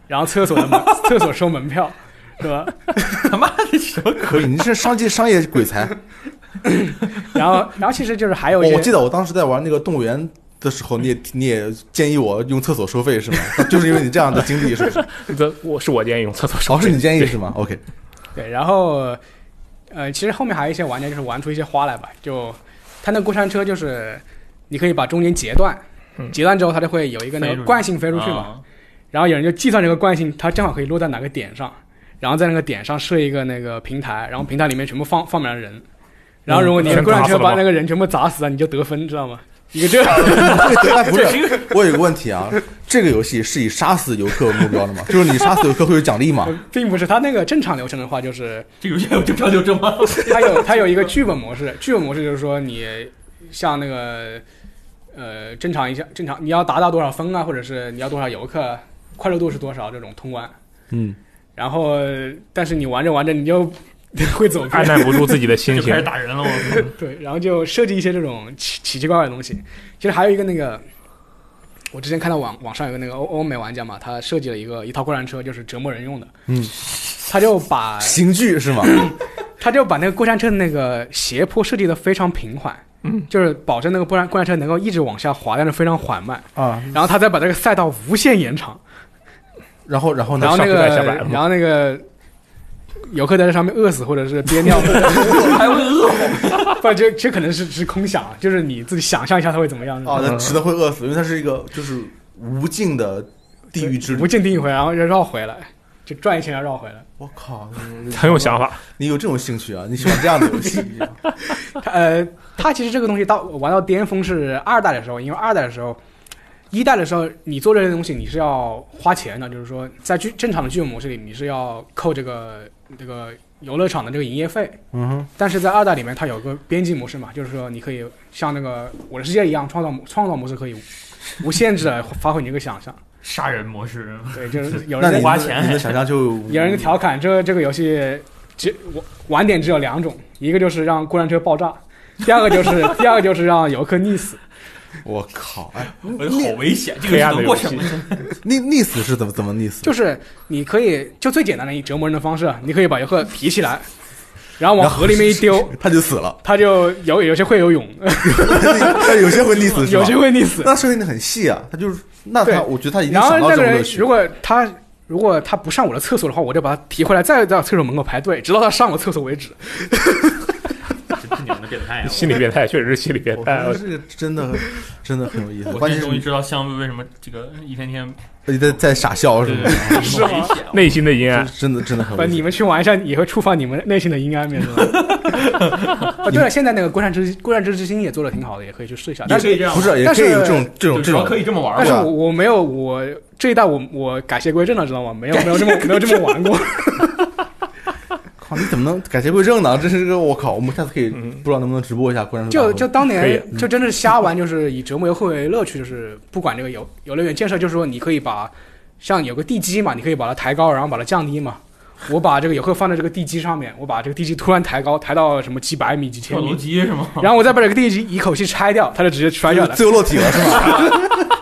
然后厕所收门票，是吧？ 他妈的什么可以，你这商业鬼才。 然后其实就是还有一些， 我记得我当时在玩那个动物园的时候，你也建议我用厕所收费是吗？就是因为你这样的经历是不是？ 我建议用厕所收费。 是你建议是吗 ？OK。 对，然后其实后面还有一些玩家就是玩出一些花来吧，就他那过山车就是你可以把中间截断，截断之后它就会有一个那个惯性飞出去嘛。然后有人就计算这个惯性，它正好可以落在哪个点上，然后在那个点上设一个那个平台，然后平台里面全部放满了人，然后如果你的过山车把那个人全部砸死了，你就得分，知道吗？一个这样不是，我有个问题啊，这个游戏是以杀死游客为目标的吗？就是你杀死游客会有奖励吗？ 并不是，它那个正常流程的话，就是这游戏有正常流程吗？ 它有一个剧本模式，剧本模式就是说你像那个正常你要达到多少分啊，或者是你要多少游客，快乐度是多少这种通关。然后但是你玩着玩着你就会走偏， 按耐不住自己的心情， 就开始打人了。我对，然后就设计一些这种奇奇怪怪的东西。其实还有一个那个，我之前看到网上有个那个欧美玩家嘛，他设计了一套过山车，就是折磨人用的。他就把刑具是吗？ 他就把那个过山车的那个斜坡设计的非常平缓。就是保证那个过山车能够一直往下滑，但是非常缓慢啊。然后他再把这个赛道无限延长，然后那个游客在这上面饿死或者是憋尿， 还会饿不，这可能是空想，就是你自己想象一下它会怎么样。 那值得会饿死，因为它是一个就是无尽的地狱之旅， 无尽地狱回来，然后绕回来，就转一圈要绕回来。 我靠， 很有想法。 你有这种兴趣啊？你喜欢这样的游戏？ 它其实这个东西玩到巅峰是2代的时候，因为2代的时候，1代的时候你做这些东西你是要花钱的，就是说在正常的剧本模式里你是要扣这个游乐场的这个营业费。但是在2代里面它有个边际模式嘛，就是说你可以像那个我的世界一样，创造模式可以无限制的发挥你这个想象。 杀人模式， 对，就是有人花钱， 你的想象就有人调侃这个游戏玩点只有2种，一个就是让过山车爆炸，第二个就是让游客溺死。 我靠！哎， 好危险！这个能过什么？ 溺死是怎么溺死？ 就是你可以就最简单的折磨人的方式，你可以把游客提起来，然后往河里面一丢， 他就死了。 他就有些会游泳， 有些会溺死， 有些会溺死。 那设定的很细啊，他就是我觉得他已经想到这种乐趣。然后那个人如果他不上我的厕所的话，我就把他提回来，再到厕所门口排队，直到他上我厕所为止。 这你们的变态啊！ 心理变态，确实是心理变态。 这个真的很有意思。 我终于知道香为什么这个一天天在傻笑，是吗？ 是吗？ 内心的阴暗， 真的很危险。 你们去玩一下，也会触发你们内心的阴暗面，是吧？对了，现在那个过山车之心也做的挺好的，也可以去试一下。 但是不是也可以有这种可以这么玩？ 但是我没有，我这一代我改邪归正了，知道吗？没有这么玩过。 靠，你怎么能改邪归正呢？这是个我靠！我们下次可以不知道能不能直播一下过山车。 就当年就真的是瞎玩，就是以折磨游客为乐趣，就是不管这个游乐园建设，就是说你可以把像有个地基嘛，你可以把它抬高，然后把它降低嘛。我把这个游客放在这个地基上面，我把这个地基突然抬高，抬到什么几百米、几千米， 跳楼机是吗？ 然后我再把这个地基一口气拆掉，它就直接摔下来， 自由落体了，是吗？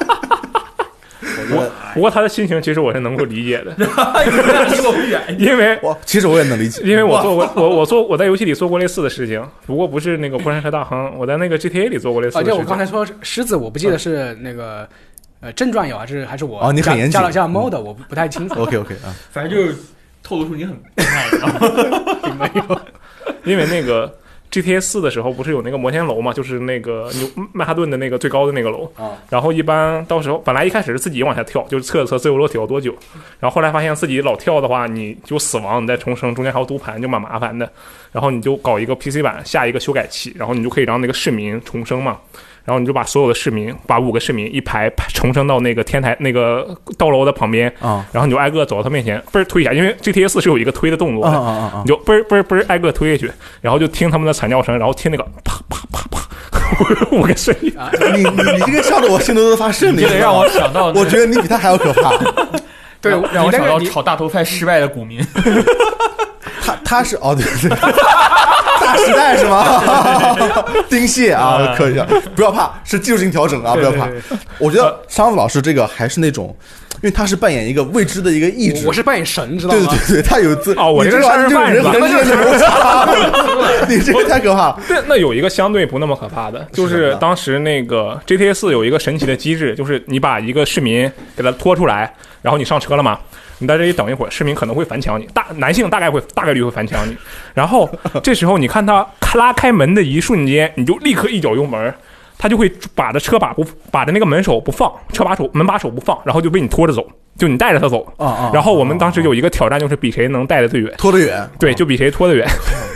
不过他的心情其实我是能够理解的， 因为其实我也能理解， 因为我在游戏里做过类似的事情，不过不是那个过山车大亨，我在那个 GTA 里做过类似的事情。 就我刚才说狮子，我不记得是那个正传有还是我你很严谨加了 mod，我不太清楚。 OK 啊， 反正就是透露出你很变态， 并没有， 因为那个。GTA 4的时候不是有那个摩天楼嘛，就是那个曼哈顿的那个最高的那个楼，然后一般到时候本来一开始是自己往下跳，就是测自由落体要多久，然后后来发现自己老跳的话你就死亡，你再重生中间还要读盘，就蛮麻烦的，然后你就搞一个 PC 版下一个修改器，然后你就可以让那个市民重生嘛，然后你就把所有的市民，把5个市民一排重生到那个天台那个道楼的旁边然后你就挨个走到他面前，嘣推一下，因为 GTA 4是有一个推的动作的，你就嘣挨个推下去，然后就听他们的惨叫声，然后听那个啪啪啪啪5个声音。 你这个笑得我心都发瘆， 你得让我想到， 我觉得你比他还要可怕。 对， 让我想到炒大头菜失败的股民。 他是对， 大时代是吗？丁蟹啊，可以啊，不要怕，是技术性调整啊，不要怕。我觉得箱子老师这个还是那种，因为他是扮演一个未知的一个意志， 我是扮演神，知道吗？ 对，他有我这个杀人犯是吧？ 你这个太可怕了。 那有一个相对不那么可怕的，就是当时那个 GTA 4有一个神奇的机制，就是你把一个市民给他拖出来，然后你上车了嘛，你在这里等一会儿，市民可能会反抢你，男性大概率会反抢你，然后这时候你看他拉开门的一瞬间，你就立刻一脚油门，他就会把的车把把的那个门手不放，门把手不放，然后就被你拖着走，就你带着他走然后我们当时有一个挑战，就是比谁能带的最远， 拖得远， 对，就比谁拖得远。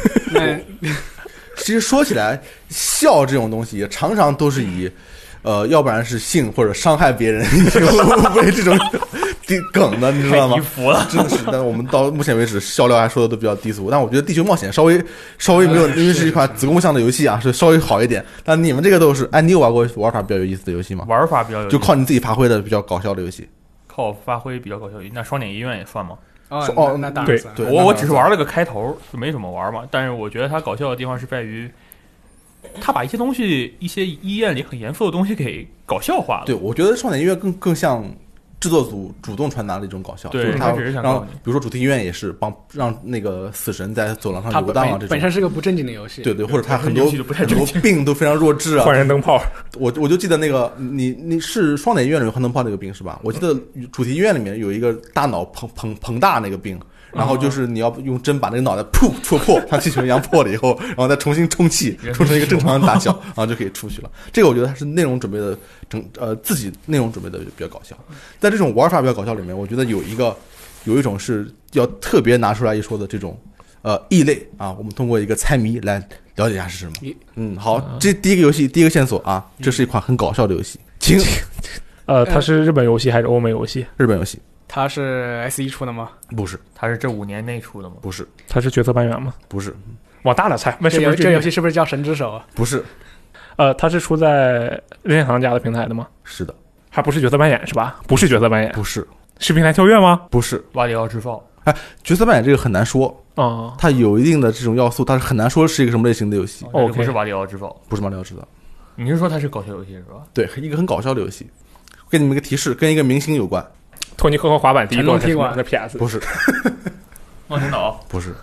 其实说起来，笑这种东西常常都是以，要不然是性或者伤害别人为这种梗的，你知道吗？ 太低俗了， 真的是。但我们到目前为止笑料还说的都比较低俗，但我觉得《地球冒险》稍微没有，因为是一款子宫向的游戏啊，是稍微好一点。但你们这个都是，哎，你有玩过玩法比较有意思的游戏吗？ 玩法比较有意思， 就靠你自己发挥的比较搞笑的游戏。 靠我发挥比较搞笑，那双点医院也算吗？ 那当然算。 对， 我只是玩了个开头，就没怎么玩嘛。但是我觉得它搞笑的地方是在于，他把一些东西、一些医院里很严肃的东西给搞笑化了。 对，我觉得双点医院更像制作组主动传达的一种搞笑， 对， 就是他只是想让，比如说主题医院也是让那个死神在走廊上游荡啊，这种本身是个不正经的游戏， 对，或者他很多病都非常弱智啊， 换人灯泡。 我就记得那个你是双点医院里面换灯泡那个病是吧？我记得主题医院里面有一个大脑膨大那个病。然后就是你要用针把那个脑袋噗戳破，像气球一样破了以后，然后再重新充气，充成一个正常的大小，然后就可以出去了。这个我觉得它是内容准备的自己内容准备的比较搞笑。在这种玩法比较搞笑里面，我觉得有一种是要特别拿出来一说的这种异类啊，我们通过一个猜谜来了解一下是什么。好，这第一个游戏第一个线索啊，这是一款很搞笑的游戏。请它是日本游戏还是欧美游戏？ 日本游戏。 它是 S1 出的吗？ 不是， 它是这5年内出的吗？ 不是， 它是角色扮演吗？ 不是， 往大了猜， 这游戏是不是叫神之手？ 不是， 它是出在任天堂家的平台的吗？ 是的， 还不是角色扮演是吧？不是角色扮演， 不是， 是平台跳跃吗？ 不是， 瓦里奥制造。 哎，角色扮演这个很难说啊， 它有一定的这种要素，但是很难说是一个什么类型的游戏。 不是瓦里奥制造， 不是马里奥制造。 你是说它是搞笑游戏是吧？ 对，一个很搞笑的游戏。给你们一个提示，跟一个明星有关。 托尼克和滑板第一段踢馆是 PS， 不是， 冒险岛不是，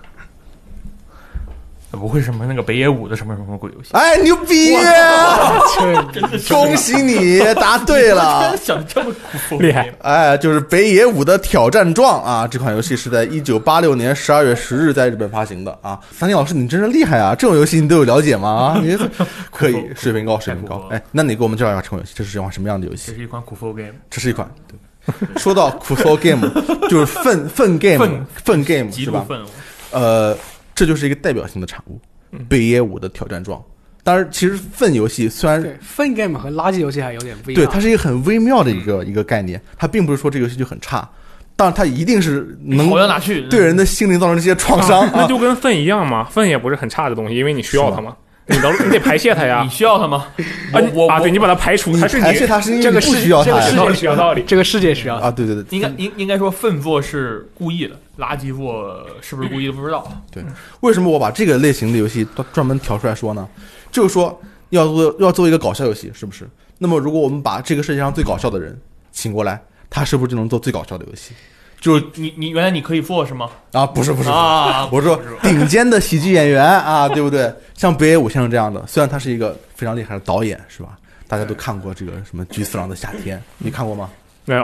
不会什么那个北野武的什么鬼游戏？ 哎，牛逼！恭喜你答对了， 想这么厉害！ 哎，就是北野武的挑战状啊！这款游戏是在1986年12月10日在日本发行的啊。三金老师，你真是厉害啊！这种游戏你都有了解吗？啊，你可以，水平高，水平高。哎，那你给我们介绍一下这款游戏，这是一款什么样的游戏？ 这是一款苦 full game， 这是一款。说到苦 full game， 就是粪 game 是吧？这就是一个代表性的产物，北野武的挑战状。当然，其实粪游戏虽然粪 game 和垃圾游戏还有点不一样， 对，它是一个很微妙的一个概念，它并不是说这个游戏就很差，当然它一定是能好到哪去， 对人的心灵造成这些创伤。 那就跟粪一样嘛，粪也不是很差的东西，因为你需要它嘛。你得排泄它呀， 你需要它吗？ 对，你把它排除， 还是排泄它是因为这个不需要它， 这个世界需要道理， 这个世界需要啊，对， 应该说粪做是故意的，垃圾做是不是故意的不知道。 对，为什么我把这个类型的游戏专门挑出来说呢？就是说要做一个搞笑游戏，是不是？那么如果我们把这个世界上最搞笑的人请过来，他是不是就能做最搞笑的游戏？就是你原来你可以做是吗？ 啊，不是啊， 我说顶尖的喜剧演员啊，对不对？像北野武先生这样的，虽然他是一个非常厉害的导演，是吧？大家都看过这个什么《菊次郎的夏天》，你看过吗？ 没有。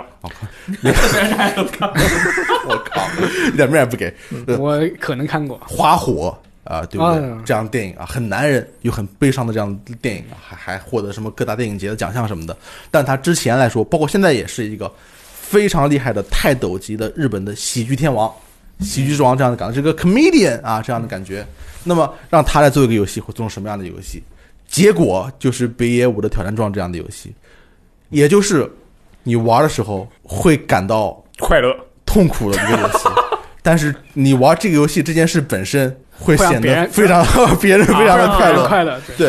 我靠，一点面也不给。 我可能看过花火啊，对不对？这样的电影啊，很男人又很悲伤的这样的电影啊，还获得什么各大电影节的奖项什么的。但他之前来说，包括现在也是一个非常厉害的泰斗级的日本的喜剧天王、喜剧之王这样的感觉，这个 comedian 啊这样的感觉。那么让他来做一个游戏，会做成什么样的游戏？结果就是北野武的挑战状这样的游戏，也就是你玩的时候会感到快乐、 痛苦的一个游戏，但是你玩这个游戏这件事本身会显得非常别人非常的快乐， 快乐， 对。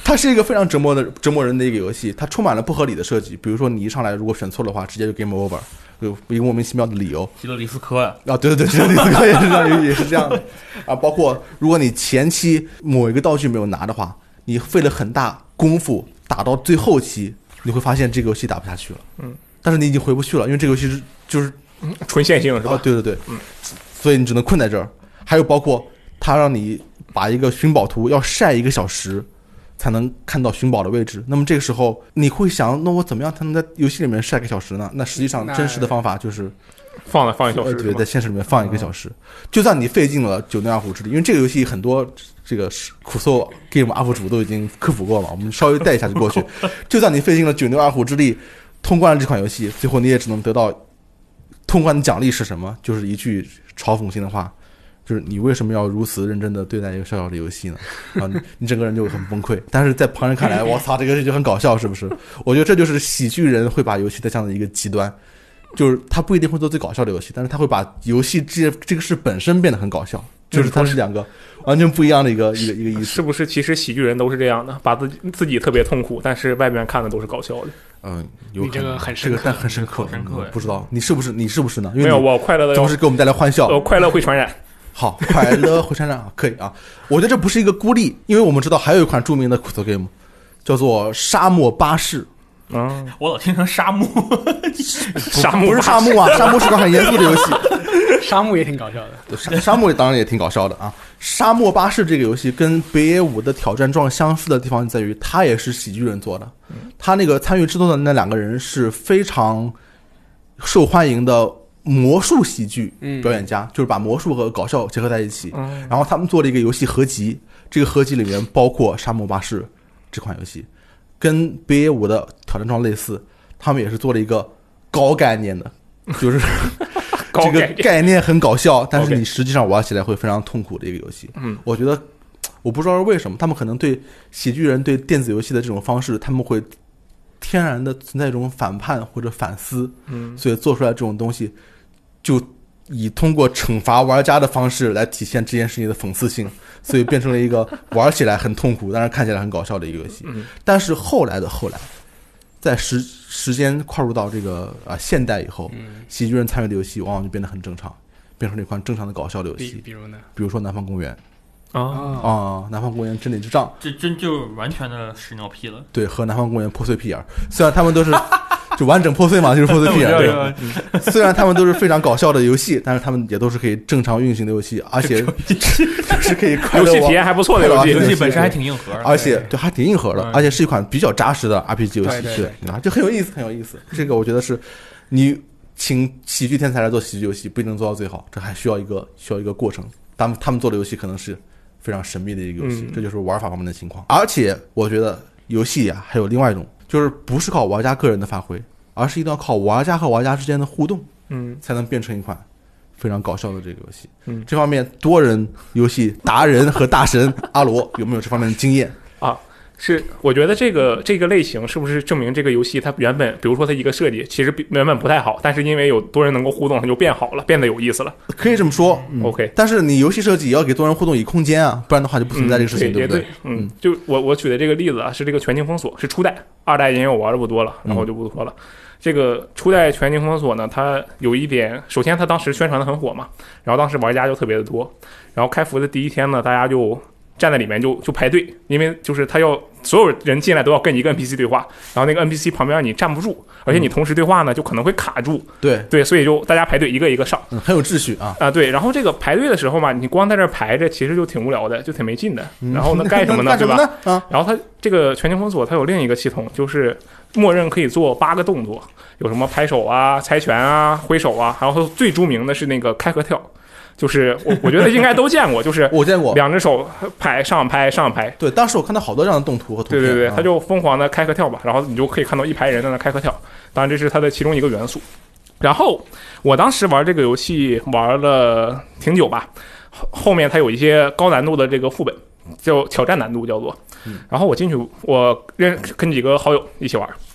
它是一个非常折磨人的一个游戏，它充满了不合理的设计。比如说你一上来如果选错的话，直接就 game over， 有一个莫名其妙的理由。 基德里斯科呀， 啊，对，基德里斯科也是这样，也是这样的啊。包括如果你前期某一个道具没有拿的话，你费了很大功夫打到最后期，你会发现这个游戏打不下去了。但是你已经回不去了，因为这个游戏就是纯线性是吧？ 对，所以你只能困在这儿。还有包括它让你把一个寻宝图要晒1个小时才能看到寻宝的位置，那么这个时候你会想，那我怎么样才能在游戏里面晒1个小时呢？那实际上真实的方法就是放1小时， 对，在现实里面放1个小时。就算你费尽了九牛二虎之力，因为这个游戏很多这个苦搜 game UP 主都已经科普过了，我们稍微带一下就过去。就算你费尽了九牛二虎之力通关了这款游戏，最后你也只能得到通关的奖励是什么？就是一句嘲讽性的话，就是你为什么要如此认真的对待一个小小的游戏呢？啊，你整个人就很崩溃。但是在旁人看来，我操，这个游戏就很搞笑，是不是？我觉得这就是喜剧人会把游戏带向的一个极端，就是他不一定会做最搞笑的游戏，但是他会把游戏这个事本身变得很搞笑，就是它是两个完全不一样的一个意思。 是不是？其实喜剧人都是这样的，把自己特别痛苦，但是外面看的都是搞笑的。 有可能你这个很深刻， 但很深刻，不知道你是不是呢？因为没有，我快乐的， 总是给我们带来欢笑， 快乐会传染。 好，快乐会传染啊，可以啊。我觉得这不是一个孤立，因为我们知道还有一款著名的苦搜 game 叫做《沙漠巴士》。 我老听成沙漠， 沙漠不是沙漠啊，沙漠是个很严肃的游戏。 沙漠也挺搞笑的， 沙漠当然也挺搞笑的啊。沙漠巴士这个游戏跟北野武的挑战状相似的地方在于，它也是喜剧人做的。他那个参与制作的那2个人是非常受欢迎的魔术喜剧表演家，就是把魔术和搞笑结合在一起。然后他们做了一个游戏合集，这个合集里面包括沙漠巴士这款游戏，跟北野武的挑战状类似，他们也是做了一个高概念的，就是这个概念很搞笑，但是你实际上玩起来会非常痛苦的一个游戏。我觉得我不知道是为什么，他们可能对喜剧人对电子游戏的这种方式，他们会天然的存在一种反叛或者反思，所以做出来这种东西就以通过惩罚玩家的方式来体现这件事情的讽刺性，所以变成了一个玩起来很痛苦但是看起来很搞笑的一个游戏。但是后来在时间跨入到这个现代以后，喜剧人参与的游戏往往就变得很正常，变成了一款正常的搞笑的游戏。 比如呢？ 比如说南方公园南方公园真理之杖， 这真就完全的屎尿屁了。 对，和南方公园破碎屁眼，虽然他们都是就完整破碎嘛，就是破碎屁眼。对，虽然他们都是非常搞笑的游戏，但是他们也都是可以正常运行的游戏，而且是可以快乐游戏体验还不错的游戏本身还挺硬核的， 而且对还挺硬核的，而且是一款比较扎实的 RPG 游戏， 对啊，就很有意思。这个我觉得是你请喜剧天才来做喜剧游戏不一定能做到最好，这还需要一个过程。他们做的游戏可能是非常神秘的一个游戏，这就是玩法方面的情况。而且我觉得游戏还有另外一种，就是不是靠玩家个人的发挥，而是一定要靠玩家和玩家之间的互动，才能变成一款非常搞笑的这个游戏。这方面多人游戏达人和大神阿罗有没有这方面的经验啊？是，我觉得这个类型是不是证明这个游戏它原本，比如说它一个设计其实原本不太好，但是因为有多人能够互动，它就变好了，变得有意思了。 可以这么说 ，OK。 但是你游戏设计也要给多人互动以空间啊，不然的话就不存在这个事情，对不对？ 就我举的这个例子啊，是这个全境封锁，是初代，2代因为我玩的不多了，然后我就不说了。这个初代全境封锁呢，它有一点，首先它当时宣传的很火嘛，然后当时玩家就特别的多，然后开服的第一天呢，大家就站在里面就排队，因为就是他要所有人进来都要跟一个 NPC 对话，然后那个 NPC 旁边你站不住，而且你同时对话呢就可能会卡住。对，所以就大家排队一个一个上， 很有秩序啊。 对，然后这个排队的时候嘛，你光在这排着，其实就挺无聊的，就挺没劲的。然后呢，干什么呢？对吧？然后它这个全境封锁它有另一个系统，就是默认可以做8个动作，有什么拍手啊、猜拳啊、挥手啊，然后最著名的是那个开合跳。就是我觉得应该都见过，就是我见过 2只手拍上拍上拍。 对，当时我看到好多这样的动图和图片。 对，他就疯狂的开合跳吧，然后你就可以看到一排人在那开合跳，当然这是它的其中一个元素。然后我当时玩这个游戏玩了挺久吧，后面它有一些高难度的这个副本，就挑战难度叫做。然后我进去，我跟几个好友一起玩。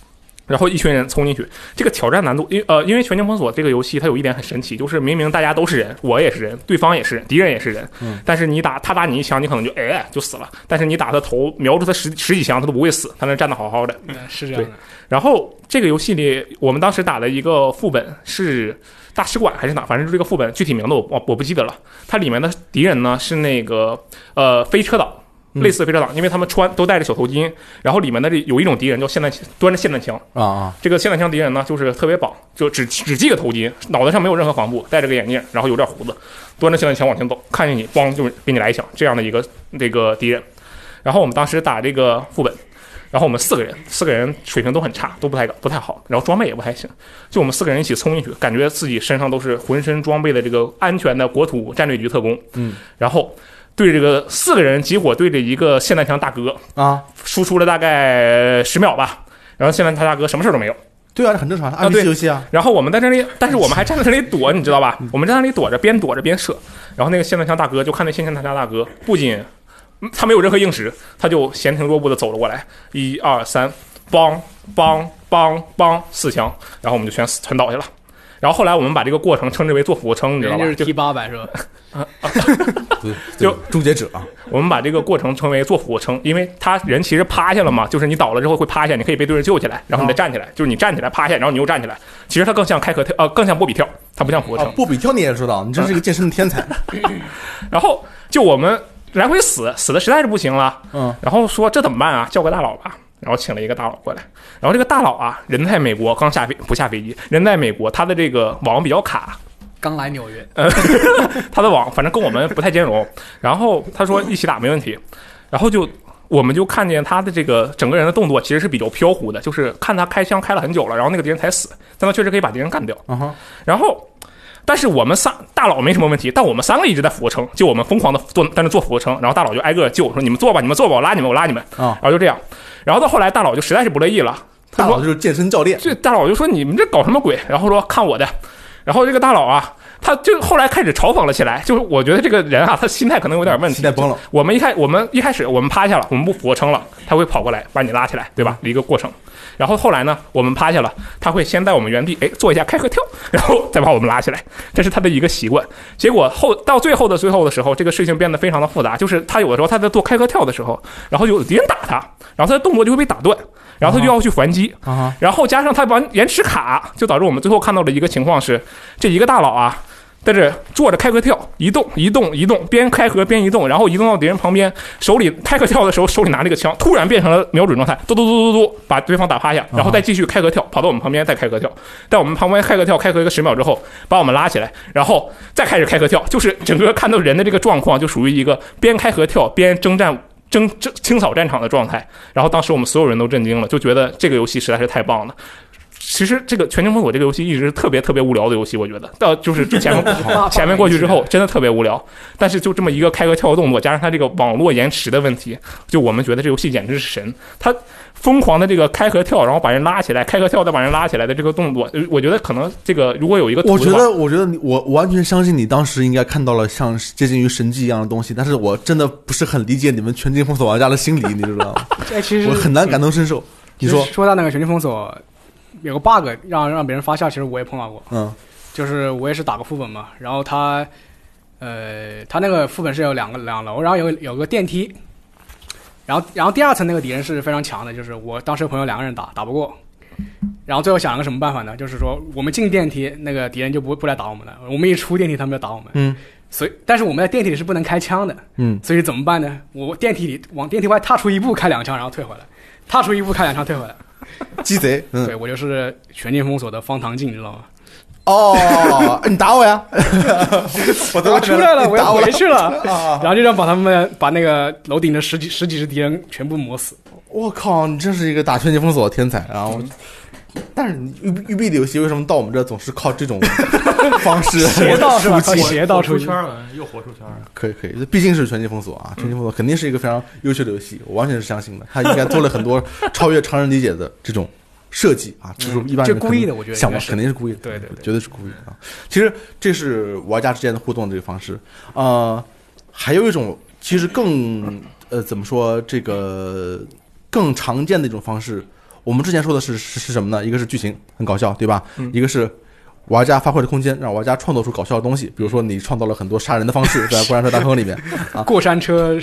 然后一群人冲进去，这个挑战难度，因为全境封锁这个游戏它有一点很神奇，就是明明大家都是人，我也是人，对方也是人，敌人也是人，但是他打你一枪，你可能就死了，但是你打他头，瞄住他十几枪，他都不会死，他能站得好好的。 是这样的。 然后这个游戏里，我们当时打的一个副本是大使馆还是哪，反正这个副本具体名字我不记得了。它里面的敌人呢是那个飞车岛。类似飞车党，因为他们都戴着小头巾，然后里面的有一种敌人叫端着霰弹枪啊， 这个霰弹枪敌人呢就是特别绑，就只系个头巾，脑袋上没有任何防布，戴着个眼镜，然后有点胡子，端着霰弹枪往前走，看见你咣就给你来一枪，这样的一个这个敌人。然后我们当时打这个副本，然后我们四个人水平都很差，都不太好，然后装备也不太行，就我们4个人一起冲进去，感觉自己身上都是浑身装备的这个安全的国土战略局特工，然后对这个4个人集火对着一个霰弹枪大哥啊，输出了大概10秒吧，然后霰弹枪大哥什么事都没有。 对啊，很正常的RPG游戏啊。 然后我们在这里，但是我们还站在这里躲，你知道吧？我们在那里躲着，边躲着边射。然后那个霰弹枪大哥就看那霰弹枪大哥，不仅他没有任何硬实，他就闲庭若步的走了过来，1、2、3，梆梆梆梆4枪，然后我们就全倒下了。然后后来我们把这个过程称之为做俯卧撑，你知道吧？ 就是 T800是吧？ 就终结者啊！ 我们把这个过程称为做俯卧撑，因为他人其实趴下了嘛，就是你倒了之后会趴下，你可以被对手救起来，然后你再站起来，就是你站起来趴下，然后你又站起来。其实它更像开合跳，更像波比跳，它不像俯卧撑。 波比跳你也知道，你真是一个健身的天才。 然后就我们来回死的实在是不行了，然后说这怎么办啊？叫个大佬吧。然后请了一个大佬过来，然后这个大佬啊，人在美国，不下飞机，人在美国，他的这个网比较卡， 刚来纽约， 他的网反正跟我们不太兼容。然后他说一起打没问题，然后我们就看见他的这个整个人的动作其实是比较飘忽的，就是看他开枪开了很久了，然后那个敌人才死，但他确实可以把敌人干掉。然后。但是我们大佬没什么问题，但我们3个一直在俯卧撑，就我们疯狂的在那做俯卧撑，然后大佬就挨个救，说你们做吧，我拉你们，然后就这样，然后到后来大佬就实在是不乐意了， 大佬就是健身教练， 这大佬就说你们这搞什么鬼，然后说看我的，然后这个大佬啊，他就后来开始嘲讽了起来，就是我觉得这个人啊，他心态可能有点问题， 心态崩了。 我们一开始我们趴下了，我们不俯卧撑了，他会跑过来把你拉起来，对吧？一个过程。然后后来呢，我们趴下了，他会先在我们原地做一下开合跳，然后再把我们拉起来，这是他的一个习惯。结果到最后的时候，这个事情变得非常的复杂，就是他有的时候他在做开合跳的时候，然后有敌人打他，然后他的动作就会被打断，然后他就要去还击，然后加上他把延迟卡，就导致我们最后看到的一个情况是，这一个大佬啊。在这坐着开合跳，移动，边开合边移动，然后移动到敌人旁边，手里开合跳的时候手里拿了一个枪，突然变成了瞄准状态，嘟，把对方打趴下，然后再继续开合跳，跑到我们旁边再开合跳，在我们旁边开合一个10秒之后，把我们拉起来，然后再开始开合跳，就是整个看到人的这个状况就属于一个边开合跳边征战。清扫战场的状态，然后当时我们所有人都震惊了，就觉得这个游戏实在是太棒了。其实这个《全境封锁》这个游戏一直是特别无聊的游戏，我觉得到就是前面过去之后真的特别无聊。但是就这么一个开合跳的动作，加上它这个网络延迟的问题，就我们觉得这游戏简直是神。它疯狂的这个开合跳，然后把人拉起来，开合跳再把人拉起来的这个动作，我觉得可能这个如果有一个图的话， 我觉得我完全相信你当时应该看到了像接近于神迹一样的东西，但是我真的不是很理解你们《全境封锁》玩家的心理，你知道吗？ 其实我很难感同身受。你说到那个《全境封锁》。有个 bug 让别人发笑，其实我也碰到过。就是我也是打个副本嘛，然后他那个副本是有两楼，然后有个电梯，然后第2层那个敌人是非常强的，就是我当时朋友2个人打不过，然后最后想了个什么办法呢？就是说我们进电梯，那个敌人就不来打我们了，我们一出电梯他们就打我们。所以但是我们在电梯里是不能开枪的。所以怎么办呢？我往电梯外踏出一步开2枪，然后退回来，踏出一步开2枪退回来。 鸡贼， 对，我就是全境封锁的方唐镜，你知道吗？ 哦，你打我呀！ 我出来了，我要回去了，然后就这样把那个楼顶的十几只敌人全部磨死。 我靠，你真是一个打全境封锁的天才啊！但是育碧的游戏为什么到我们这总是靠这种方式邪道是吧？靠邪道出圈了，又活出圈了。 可以，这毕竟是全境封锁啊！全境封锁肯定是一个非常优秀的游戏，我完全是相信的。他应该做了很多超越常人理解的这种设计啊，这是一般人故意的，我觉得想法肯定是故意的， 对， 绝对是故意的啊！其实这是玩家之间的互动的这个方式，还有一种其实更怎么说，这个更常见的一种方式。 我们之前说的是什么呢？一个是剧情很搞笑，对吧？ 嗯一个是玩家发挥的空间，让玩家创造出搞笑的东西。比如说，你创造了很多杀人的方式，在过山车大亨里面， 过山车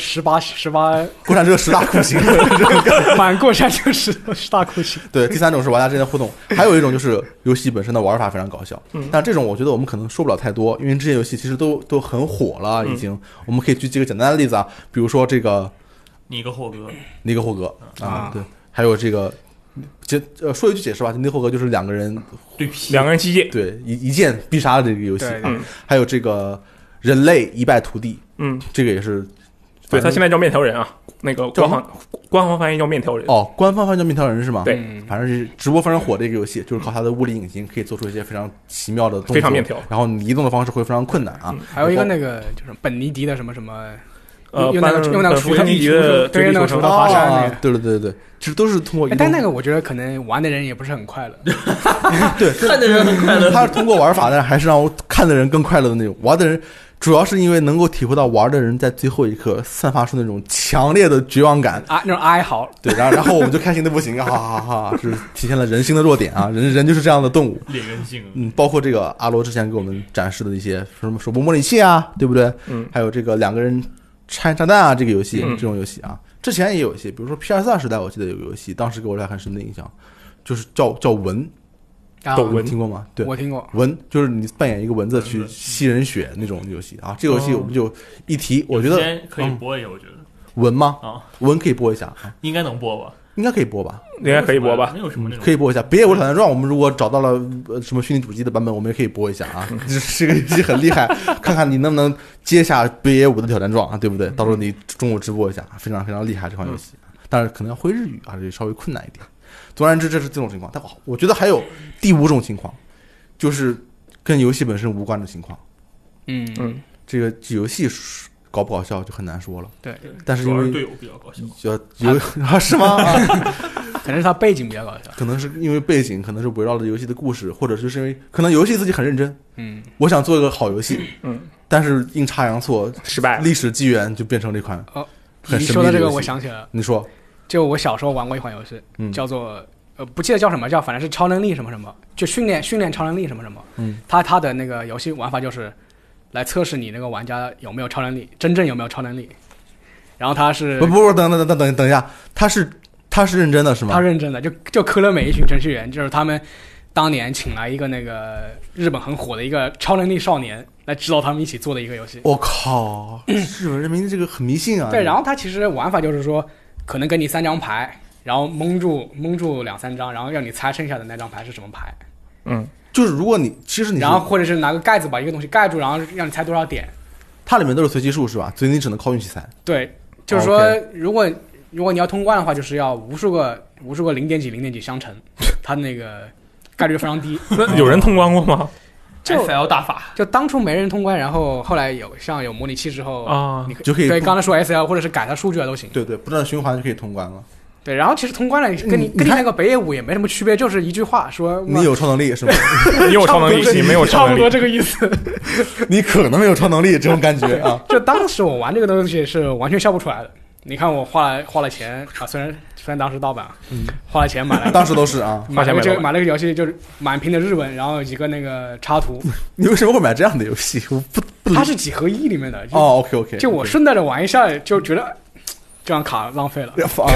18 过山车10大酷刑。 满过山车10大酷刑。 对，第三种是玩家之间的互动，还有一种就是游戏本身的玩法非常搞笑。但这种我觉得我们可能说不了太多，因为这些游戏其实都很火了，已经。我们可以举几个简单的例子啊，比如说这个尼格霍格， 尼格霍格啊，对，还有这个。说一句解释吧，尼格霍格就是两个人对皮， 两个人击剑， 对一剑必杀的这个游戏对啊，还有这个人类一败涂地，这个也是， 对他现在叫面条人啊，那个官方翻译叫面条人。 哦，官方翻译叫面条人是吗？ 对， 反正是直播非常火的一个游戏，就是靠它的物理引擎可以做出一些非常奇妙的动作， 非常面条， 然后你移动的方式会非常困难啊。 还有一个那个就是本尼迪的什么什么。用那个锄头，对，用那个锄头爬山那个， 对，其实都是通过移动。 但那个我觉得可能玩的人也不是很快乐。 对， 看的人很快乐。 他是通过玩法，但是还是让我看的人更快乐的那种。玩的人主要是因为能够体会到玩的人在最后一刻散发出那种强烈的绝望感啊，那种哀嚎。 对，然后我们就开心的不行，哈哈哈，是体现了人性的弱点啊，人就是这样的动物， 劣根性。 包括这个阿罗之前给我们展示的一些什么手部模拟器啊，对不对？还有这个两个人拆炸弹啊，这个游戏，这种游戏啊，之前也有一些，比如说 PS2 时代，我记得有个游戏，当时给我留下很深的印象，就是叫蚊， 蚊听过吗？对， 我听过。 蚊就是你扮演一个蚊子去吸人血那种游戏啊。这个游戏我们就一提，我觉得可以播一下，我觉得蚊吗？ 啊， 蚊可以播一下啊， 应该能播吧？ 应该可以播吧？ 应该可以播吧？ 没有什么那种可以播一下。北野武挑战状，我们如果找到了什么虚拟主机的版本，我们也可以播一下啊。这个游戏很厉害，看看你能不能接下北野武的挑战状啊，对不对？到时候你中午直播一下，非常非常厉害这款游戏，但是可能要会日语啊，这稍微困难一点。总而言之，这是这种情况。但我觉得还有第5种情况，就是跟游戏本身无关的情况。这个游戏搞不搞笑就很难说了。 对， 但是因为队友比较搞笑， 是吗？ 可能是他背景比较搞笑， 可能是因为背景，可能是围绕着游戏的故事，或者就是因为可能游戏自己很认真。我想做一个好游戏，但是阴差阳错失败， 历史机缘就变成了一款很神秘的游戏。 你说的这个我想起了， 你说， 就我小时候玩过一款游戏，叫做不记得叫什么，叫反正是超能力什么什么，就训练超能力什么什么。他的那个游戏玩法就是来测试你那个玩家有没有超能力，真正有没有超能力。然后他是不，等一下，他是认真的是吗？ 他认真的，就科乐美一群程序员，就是他们当年请来一个那个日本很火的一个超能力少年来指导他们一起做的一个游戏。 我靠，日本人民这个很迷信啊。 对，然后他其实玩法就是说，可能给你3张牌，然后蒙住2-3张，然后让你猜剩下的那张牌是什么牌。 就是如果你其实你然后或者是拿个盖子把一个东西盖住，然后让你猜多少点。 它里面都是随机数是吧？所以你只能靠运气猜。 对，就是说如果你要通关的话，就是要无数个0点几相乘，它那个概率非常低。 那有人通关过吗？ 就 FL 大法， 就当初没人通关，然后后来有模拟器之后啊， 你就可以对刚才说 SL 或者是改它数据啊都行。 对，不断循环就可以通关了。 对，然后其实通关了跟你那个北野武也没什么区别，就是一句话说你有超能力是吗？ 你有超能力，你没有超能力， 差不多这个意思。 你可能没有超能力这种感觉啊。 就当时我玩这个东西是完全笑不出来的。你看我花了钱啊，虽然当时盗版，花了钱买了， 当时都是啊， 买了个游戏，就是满屏的日文，然后有几个那个插图。 你为什么会买这样的游戏？我不， 它是几合一里面的。 哦 ，OK， 就我顺带着玩一下，就觉得这张卡浪费了。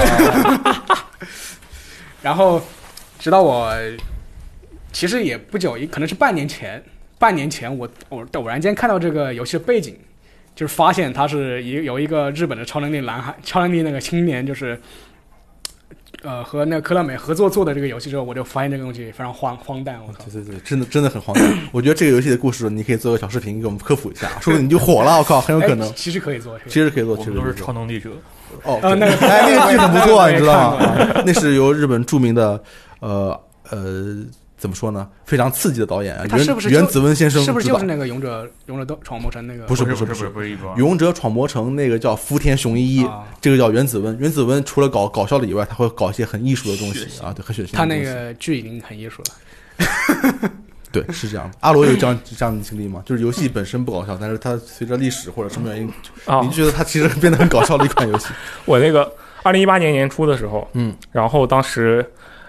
然后直到我其实也不久，可能是半年前我偶然间看到这个游戏的背景。就是发现他是有一个日本的超能力那个青年，就是和那个科乐美合作做的这个游戏之后，我就发现这个东西非常荒诞。我靠， 对，真的很荒诞。我觉得这个游戏的故事你可以做个小视频给我们科普一下，说不定你就火了。我靠，很有可能。 其实可以做， 其实可以做， 我们都是超能力者。 哦，那个剧很不错，你知道吗？那是由日本著名的怎么说呢？非常刺激的导演啊，原子温先生是不是就是那个勇者闯魔城那个？ 不是一波。 勇者闯魔城那个叫福田雄一，这个叫原子温。原子温除了搞笑的以外，他会搞一些很艺术的东西啊，对，很血腥。 他那个剧已经很艺术了。 对，是这样的。阿罗有这样的经历吗？就是游戏本身不搞笑，但是它随着历史或者什么原因，你就觉得它其实变得很搞笑的一款游戏。 我那个2018年年初的时候，然后当时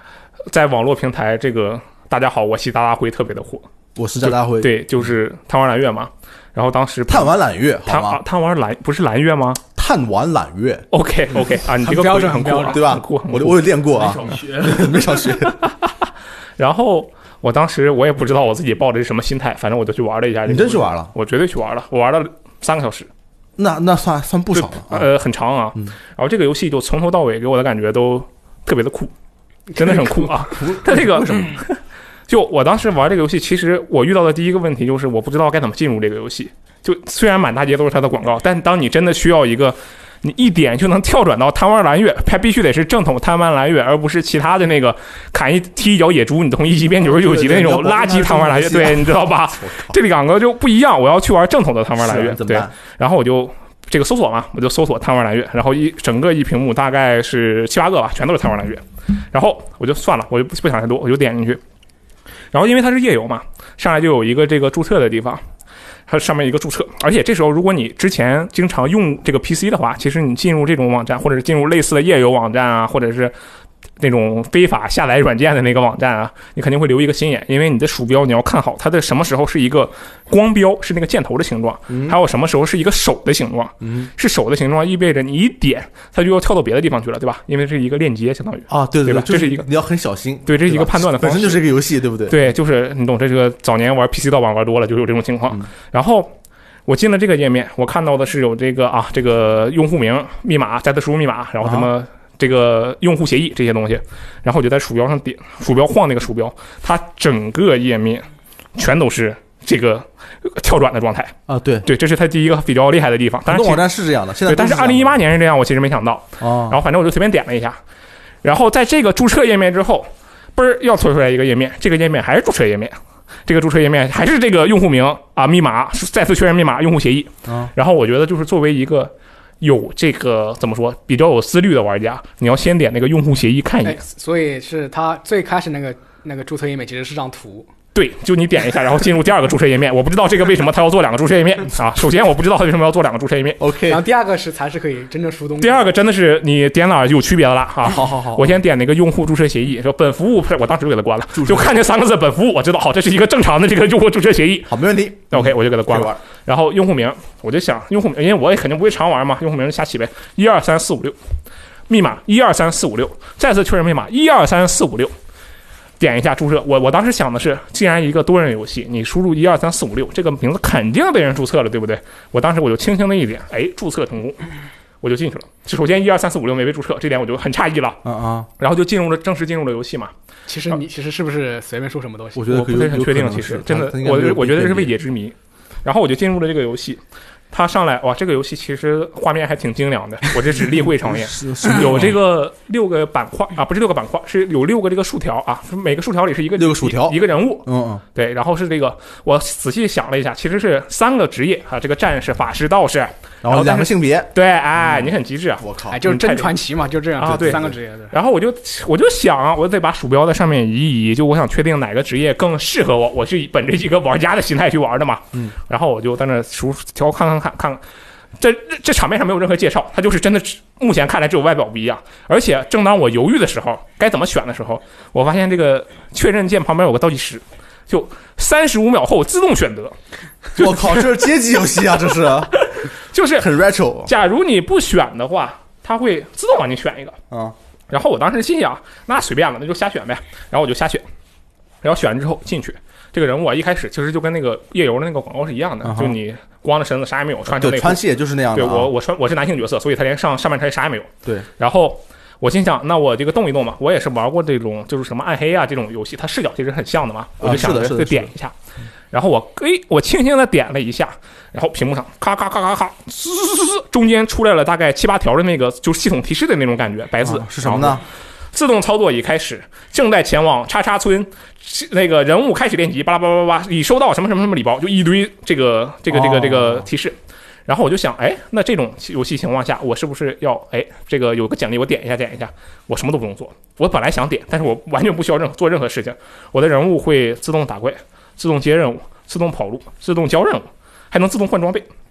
在网络平台这个大家好，我系大大辉特别的火。 我是加大辉， 对，就是贪玩蓝月嘛。然后当时贪玩揽月，好吗？ 贪玩蓝不是蓝月吗？ 贪玩揽月 ，OK 啊，你这个标准很酷啊， 对吧？我有练过啊，没少学。 然后我当时我也不知道我自己抱着是什么心态，反正我就去玩了一下。 你真去玩了？ 我绝对去玩了，我玩了3个小时。 那算不少了， 很长啊。然后这个游戏就从头到尾给我的感觉都特别的酷，真的很酷啊。它这个就我当时玩这个游戏，其实我遇到的第一个问题就是我不知道该怎么进入这个游戏。就虽然满大街都是它的广告，但当你真的需要一个你一点就能跳转到贪玩蓝月，它必须得是正统贪玩蓝月，而不是其他的那个踢一脚野猪你同1级变99级的那种垃圾贪玩蓝月，对，你知道吧？这两个就不一样，我要去玩正统的贪玩蓝月，对。然后我就这个搜索嘛，我就搜索贪玩蓝月，然后整个一屏幕大概是7、8个吧，全都是贪玩蓝月。然后我就算了，我就不想太多，我就点进去。然后因为它是页游嘛，上来就有一个这个注册的地方，它上面一个注册。而且这时候如果你之前经常用这个 PC 的话，其实你进入这种网站，或者是进入类似的页游网站啊，或者是那种非法下载软件的那个网站啊，你肯定会留一个心眼，因为你的鼠标你要看好它的什么时候是一个光标，是那个箭头的形状，还有什么时候是一个手的形状。是手的形状意味着你一点它就要跳到别的地方去了，对吧？因为这是一个链接，相当于啊，对吧？这是一个你要很小心， 对，这是一个判断的方式， 本身就是一个游戏，对不对？ 对，就是你懂，这个早年玩 PC 盗版玩多了就有这种情况。然后我进了这个页面，我看到的是有这个用户名、密码、再次输入密码，然后什么。这个用户协议这些东西，然后我就在鼠标上点，鼠标晃那个鼠标，它整个页面全都是这个跳转的状态啊。对， 这是它第一个比较厉害的地方。 很多网站是这样的，现在但是2018年是这样，我其实没想到。然后反正我就随便点了一下，然后在这个注册页面之后，嘣儿要推出来一个页面，这个页面还是注册页面。这个注册页面还是这个用户名啊、密码、再次确认密码、用户协议。然后我觉得就是作为一个有这个怎么说比较有思虑的玩家，你要先点那个用户协议看一眼。 所以是他最开始那个注册页面其实是张图。 对，就你点一下，然后进入第2个注册页面。我不知道这个为什么他要做2个注册页面啊。首先我不知道他为什么要做2个注册页面。 OK。 然后第2个才是可以真正输东西。 第2个真的是你点哪儿有区别的了啊。 好。 我先点那个用户注册协议，说本服务，我当时就给他关了，就看这3个字本服务，我知道好，这是一个正常的这个用户注册协议。 好，没问题。 OK， 我就给他关了。然后用户名，我就想用户名，因为我也肯定不会常玩嘛，用户名就瞎起呗，1234556，密码1234556，再次确认密码1234556。点一下注册，我当时想的是，既然一个多人游戏，你输入1234556这个名字肯定被人注册了，对不对？我当时我就轻轻的一点，注册成功，我就进去了。首先1234556没被注册，这点我就很诧异了。然后就正式进入了游戏嘛。 其实是不是随便说什么东西？ 我觉得不是很确定，其实真的，我觉得这是未解之谜。然后我就进入了这个游戏。它上来哇，这个游戏其实画面还挺精良的，我这只例会呈现。有这个6个板块啊，不是6个板块，是有6个这个竖条啊，每个竖条里是一个 6个竖条， 一个人物。对，然后是这个，我仔细想了一下，其实是3个职业啊，这个战士、法师、道士， 然后2个性别。 对，你很机智啊！ 我靠， 就是真传奇嘛，就这样啊，对， 3个职业。 然后我就想啊，我得把鼠标在上面移一移，就我想确定哪个职业更适合我，我是本着一个玩家的心态去玩的嘛。然后我就在那数条看。这场面上没有任何介绍，它就是真的，目前看来只有外表不一样。而且正当我犹豫的时候，该怎么选的时候，我发现这个确认键旁边有个倒计时，就35秒后自动选择。 我靠，这是街机游戏啊，这是， 就是很 retro。 假如你不选的话，它会自动帮你选一个。然后我当时心想，那随便了，那就瞎选呗。然后我就瞎选，然后选完之后进去。这个人物啊，一开始其实就跟那个页游的那个广告是一样的，就你光着身子啥也没有，穿着内裤， 穿戏也就是那样的。 对，我是男性角色，所以他连上半身啥也没有。 对， 然后我心想，那我这个动一动嘛，我也是玩过这种就是什么暗黑啊这种游戏，它视角其实很像的嘛，我就想着就点一下，然后我轻轻的点了一下，然后屏幕上咔咔咔咔咔，中间出来了大概7、8条的那个就是系统提示的那种感觉，白字是什么呢？ 自动操作已开始，正在前往叉叉村，那个人物开始练级，巴拉巴拉巴拉，已收到什么什么什么礼包，就一堆这个提示。然后我就想，那这种游戏情况下，我是不是要这个有个奖励，我点一下，我什么都不用做。我本来想点，但是我完全不需要做任何事情，我的人物会自动打怪、自动接任务、自动跑路、自动交任务，还能自动换装备。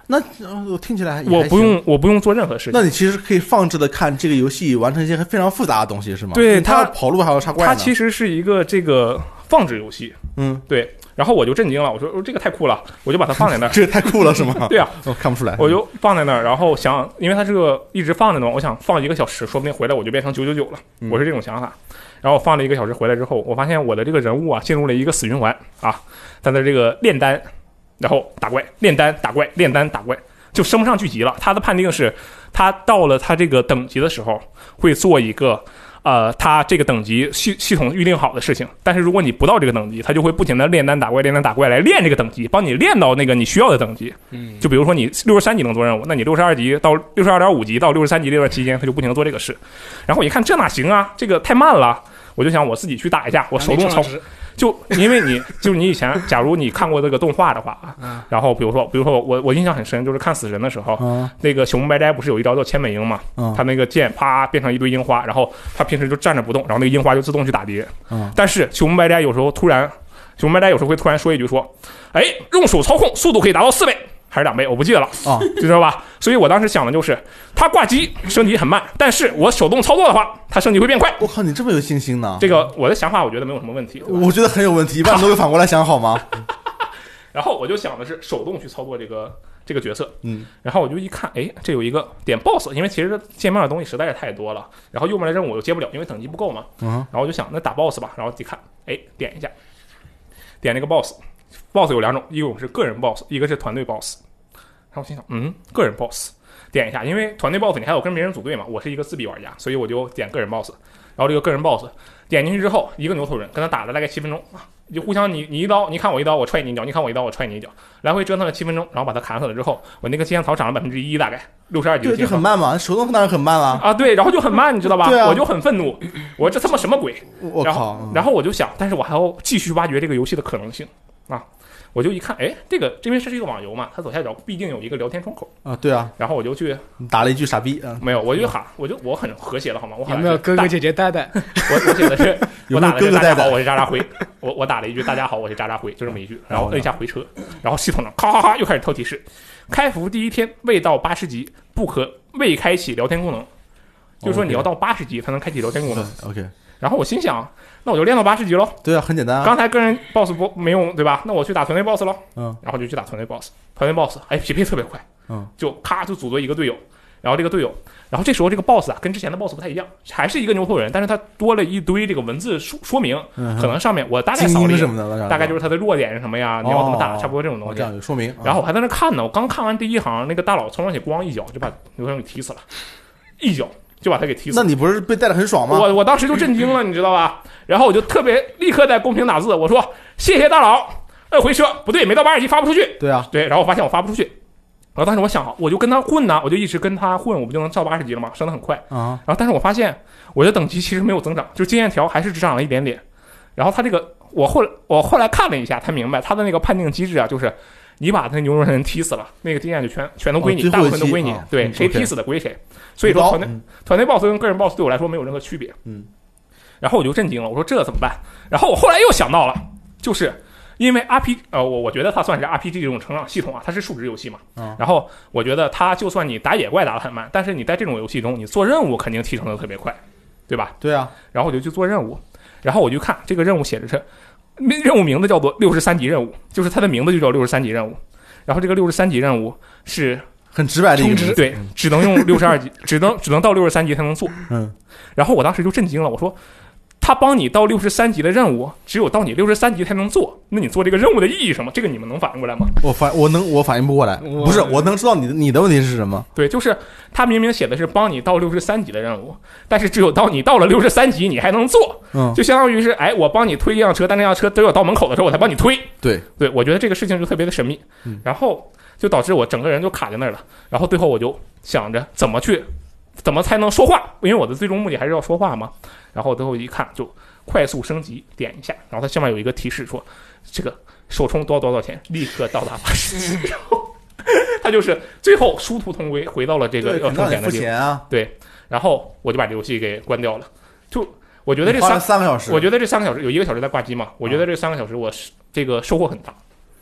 那我听起来也我还行。 不用做任何事情。 那你其实可以放置的看这个游戏完成一些非常复杂的东西，是吗？ 对它它跑路还要杀怪呢。 它其实是一个这个放置游戏， 嗯， 对。然后我就震惊了，我说这个太酷了，我就把它放在那儿。 这个太酷了，是吗？ 对啊， 我看不出来。 我就放在那儿，然后想，因为它这个一直放着呢，我想放1个小时，说不定回来我就变成999了，我是这种想法。然后放了1个小时回来之后，我发现我的这个人物啊进入了一个死循环啊，他的这个炼丹，然后打怪，炼丹打怪，炼丹打怪，就升不上剧集了。他的判定是，他到了他这个等级的时候会做一个。它这个等级系统预定好的事情，但是如果你不到这个等级，它就会不停的炼丹打怪，炼丹打怪来练这个等级，帮你练到那个你需要的等级。就比如说你63级能做任务，那你62级到62.5级到63级这段期间，它就不停的做这个事。然后我一看这哪行啊，这个太慢了，我就想我自己去打一下，我手动操。就因为你以前，假如你看过这个动画的话，然后比如说我印象很深，就是看死神的时候，那个朽木白斋不是有一招叫千本樱嘛，他那个剑啪变成一堆樱花，然后他平时就站着不动，然后那个樱花就自动去打敌人。但是朽木白斋有时候会突然说一句说，哎，用手操控速度可以达到4倍。还是2倍，我不记得了啊，知道吧？所以我当时想的就是，它挂机升级很慢，但是我手动操作的话，它升级会变快。 我靠，你这么有信心呢？ 这个我的想法，我觉得没有什么问题。 我觉得很有问题，一般都会反过来想，好吗？ 然后我就想的是手动去操作这个角色，然后我就一看，哎，这有一个点 BOSS， 因为其实界面的东西实在是太多了，然后右面的任务我又接不了，因为等级不够嘛。然后我就想，那打 BOSS 吧，然后一看，哎，点一下，点那个 BOSS 有2种，一种是个人 BOSS， 一个是团队 BOSS。然后我心想，个人 BOSS 点一下，因为团队 BOSS 你还有跟别人组队嘛，我是一个自闭玩家，所以我就点个人 BOSS。然后这个个人 BOSS 点进去之后，一个牛头人跟他打了大概7分钟啊，就互相你一刀，你看我一刀，我踹你一脚，你看我一刀，我踹你一脚，来回折腾了7分钟，然后把他砍死了之后，我那个经验槽涨了1%，大概62级。 对，就很慢嘛，手动当然很慢了啊，对，然后就很慢，你知道吧？ 对啊， 我就很愤怒，我这他妈什么鬼？ 我靠！ 然后我就想，但是我还要继续挖掘这个游戏的可能性啊。我就一看，哎，因为这是一个网游嘛，它左下角必定有一个聊天窗口啊，对啊， 然后我就去打了一句傻逼没有，我就喊，我很和谐了好吗？我喊有没有哥哥姐姐带带？ 我写的是我打的是大家好，我是渣渣辉，我打了一句大家好，我是渣渣辉，就这么一句，然后摁一下回车，然后系统上咔咔咔又开始跳提示，开服第1天未到80级不可未开启聊天功能，就是说你要到80级才能开启聊天功能。 OK。 然后我心想，那我就练到80级喽。 对啊，很简单啊。 刚才个人 boss 不没用，对吧？那我去打团队 boss 喽。然后就去打团队 boss。团队 boss， 哎，匹配特别快。就咔就组队一个队友，然后这时候这个 boss 啊，跟之前的 boss 不太一样，还是一个牛头人，但是他多了一堆这个文字说明，可能上面我大概扫了一下，大概就是他的弱点是什么呀，你要怎么打，差不多这种东西。 这样有说明。 然后我还在那看呢，我刚看完第1行，那个大佬从上去咣一脚就把牛头人给踢死了，一脚。就把他给踢死了。 那你不是被带得很爽吗？ 我当时就震惊了，你知道吧？然后我就立刻在公屏打字，我说谢谢大佬，摁回车，不对，没到80级发不出去。 对啊， 对，然后我发现我发不出去。然后当时我想，我就跟他混呢，我就一直跟他混，我不就能到80级了吗？升得很快啊。然后但是我发现我的等级其实没有增长，就经验条还是只涨了一点点。然后他这个我后来看了一下，才明白他的那个判定机制啊，就是你把那牛肉人踢死了，那个经验就全都归你，大部分都归你。对，谁踢死的归谁。所以说团队 boss 跟个人 boss 对我来说没有任何区别。然后我就震惊了，我说这怎么办？然后我后来又想到了，就是因为我觉得它算是 RPG 这种成长系统啊，它是数值游戏嘛。然后我觉得它就算你打野怪打得很慢，但是你在这种游戏中，你做任务肯定提升的特别快，对吧？ 对啊。 然后我就去做任务，然后我就看这个任务写的是任务名字叫做63级任务，就是它的名字就叫63级任务。然后这个63级任务是很直白的一个， 对，只能用62级，只能到63级才能做。然后我当时就震惊了，我说他帮你到63级的任务，只有到你63级才能做，那你做这个任务的意义什么？这个你们能反应过来吗？ 我反应不过来，不是，我能知道你的问题是什么？ 对，就是他明明写的是帮你到63级的任务，但是只有到你到了63级你还能做，就相当于是我帮你推一辆车，但那辆车都要到门口的时候我才帮你推。对，我觉得这个事情就特别的神秘，然后就导致我整个人就卡在那儿了。然后最后我就想着怎么才能说话，因为我的最终目的还是要说话嘛。然后最后一看，就快速升级，点一下，然后它下面有一个提示说，这个首充多少钱，立刻到达80级。然后它就是最后殊途同归，回到了这个要充钱的地方。对，然后我就把这游戏给关掉了。就我觉得这3个小时，我觉得这3个小时有1个小时在挂机嘛，我觉得这3个小时我这个收获很大。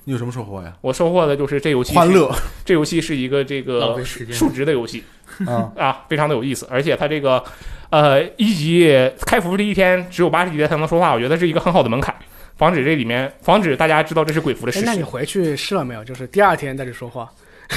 你有什么收获呀？ 我收获的就是这游戏欢乐， 这游戏是一个这浪个费时间数值的游戏啊啊，非常的有意思，而且它这个一级开服第一天只有80级的才能说话，我觉得是一个很好的门槛，防止大家知道这是鬼服的事那你实。 回去试了没有？就是第二天再去说话。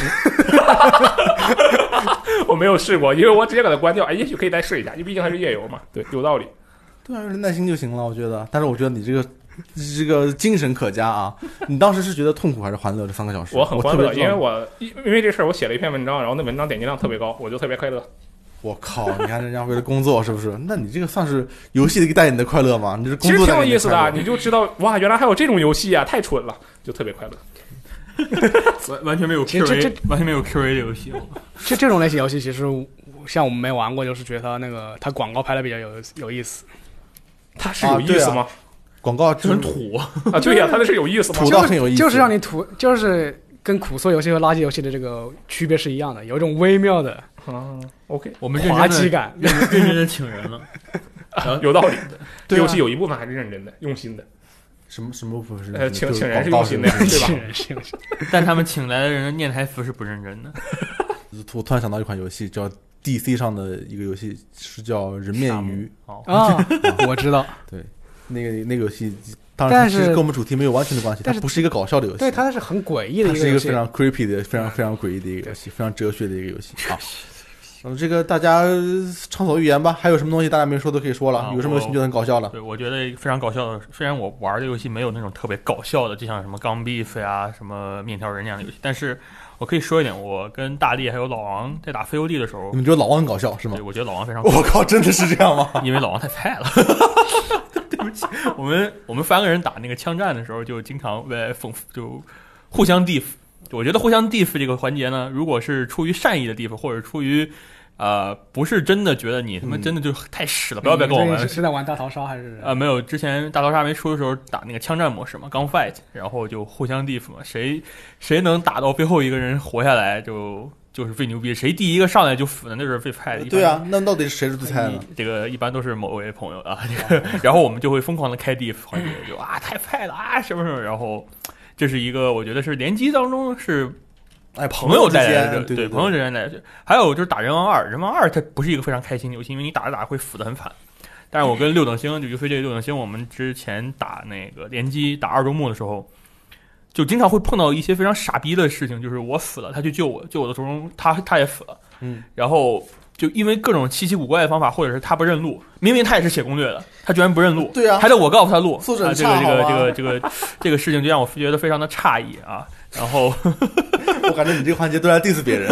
我没有试过，因为我直接把它关掉。哎，也许可以再试一下，因为毕竟还是页游嘛。对，有道理。 对啊，有点耐心就行了，我觉得。但是我觉得你这个精神可嘉啊！你当时是觉得痛苦还是欢乐？这3个小时， 我很欢乐，因为我因为这事儿我写了一篇文章，然后那文章点击量特别高，我就特别快乐。 我靠！你看人家为了工作是不是？那你这个算是游戏带给你的快乐吗？你这是工作其实挺带给你的快乐有意思的，你就知道哇，原来还有这种游戏啊，太蠢了，就特别快乐。 完全没有其实 QA，完全没有 QA 的游戏。 这种类型游戏，其实像我们没玩过，就是觉得那个它广告拍的比较有意思。 它是有意思吗？ 广告很土啊，对呀，它那是有意思吗？ 土到很有意思， 就是让你就是跟苦涩游戏和垃圾游戏的这个区别是一样的，有一种微妙的 OK， 我们滑稽感， 认真的请人了， 有道理。 对啊游戏有一部分还是认真的、用心的。 什么部分是请人是用心的呀，对吧？ 是但他们请来的人的念台词是不认真的。 我突然想到一款游戏，叫 DC 上的一个游戏，是叫《人面鱼》 啊，我知道。 对，那个游戏，当然其实跟我们主题没有完全的关系，它不是一个搞笑的游戏， 对，它是很诡异的一个游戏， 它是一个非常 creepy 的、非常非常诡异的一个游戏，非常哲学的一个游戏啊。这个大家畅所欲言吧，还有什么东西大家没说都可以说了。有什么游戏觉得很搞笑的？ 对，我觉得非常搞笑的。虽然我玩的游戏没有那种特别搞笑的，就像什么钢 beef 呀、什么面条人那样的游戏，但是我可以说一点，我跟大力还有老王在打 FOD 的时候， 你们觉得老王很搞笑是吗？ 对，我觉得老王非常搞笑。 我靠，真的是这样吗？ 因为老王太菜了。对不起，我们3个人打那个枪战的时候，就经常就互相 diff。我觉得互相 diff 这个环节呢，如果是出于善意的 diff，或者出于不是真的觉得你他妈真的就太屎了，不要跟我玩。 是在玩大逃杀还是？ 没有，之前大逃杀没出的时候打那个枪战模式嘛，刚 fight， 然后就互相 diff 嘛，谁能打到最后一个人活下来就是最牛逼，谁第一个上来就死的那是最菜的。 对啊，那到底是谁是最菜的？ 这个一般都是某位朋友啊，这个然后我们就会疯狂的开 diff 环节，就太菜了什么什么，然后这是一个我觉得是联机当中是。朋友带来的，对朋友之间带来的。还有就是打人王2，人王2它不是一个非常开心的游戏，因为你打着打着会死得很惨。但是我跟六等星，就尤飞这六等星，我们之前打那个联机打2周末的时候，就经常会碰到一些非常傻逼的事情，就是我死了，他去救我，救我的途中他也死了，然后就因为各种稀奇古怪的方法，或者是他不认路，明明他也是写攻略的，他居然不认路， 对啊， 还得我告诉他路， 素质很差， 这个事情就让我觉得非常的诧异啊。然后我感觉你这个环节都在 diss 别人。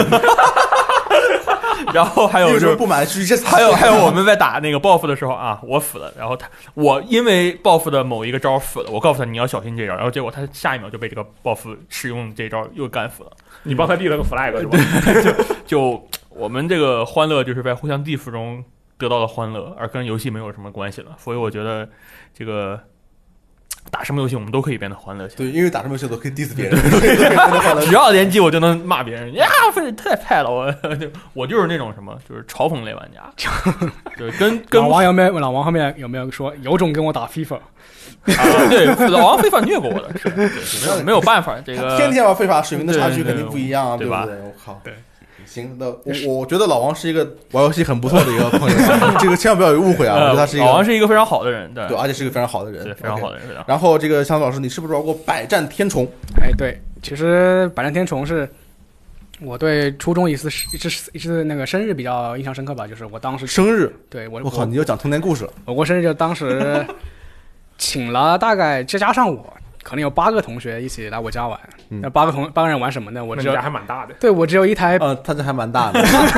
然后还有就是不满， 还有我们在打那个 BOSS 的时候啊，我死了，然后我因为 BOSS 的某一个招死了，我告诉他你要小心这招，然后结果他下一秒就被这个 BOSS 使用这招又干死了。 你帮他立了个 flag 是吧？ 就我们这个欢乐就是在互相 diff 中得到了欢乐，而跟游戏没有什么关系了。所以我觉得这个打什么游戏我们都可以变得欢乐起来。 对，因为打什么游戏都可以 diss 别人， 只要联机我就能骂别人呀，太菜了，我就是那种什么，就是嘲讽类玩家，就是跟老王后面有没有说有种跟我打 FIFA？ 对，老王非法虐过我的，是没有办法，这个天天玩非法，水平的差距肯定不一样啊， 对吧？ 我靠，对。行，那我觉得老王是一个玩游戏很不错的一个朋友，这个千万不要有误会啊！我觉得他是一个老王是一个非常好的人，对， 而且是一个非常好的人， 对，非常好的人。 然后这个香子老师，你是不是玩过《百战天虫》？ 哎，对，其实《百战天虫》是我对初中一次那个生日比较印象深刻吧，就是我当时生日， 对我靠，你又讲童年故事了。 我过生日就当时请了大概加上我。可能有8个同学一起来我家玩，那8个人玩什么呢？我只有家还蛮大的， 对我只有一台， 他这还蛮大的，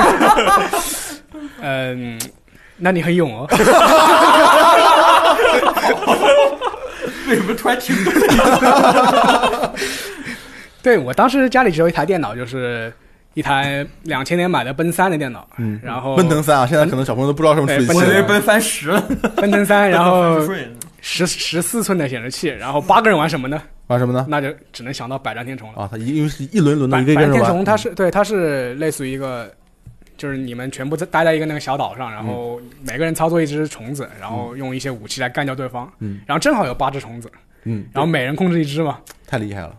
那你很勇哦。 为什么突然停顿？ 对我当时家里只有一台电脑，就是一台2000年买的奔3的电脑，然后奔腾3啊，现在可能小朋友都不知道什么水我以为奔30了， 奔腾3，然后14寸的显示器，然后8个人玩什么呢？ 玩什么呢？ 那就只能想到百战天虫了啊！它因为是一轮轮的一个人玩。 百战天虫它是类似于一个，就是你们全部待在一个那个小岛上，然后每个人操作一只虫子，然后用一些武器来干掉对方。然后正好有8只虫子。然后每人控制一只嘛。 太厉害了。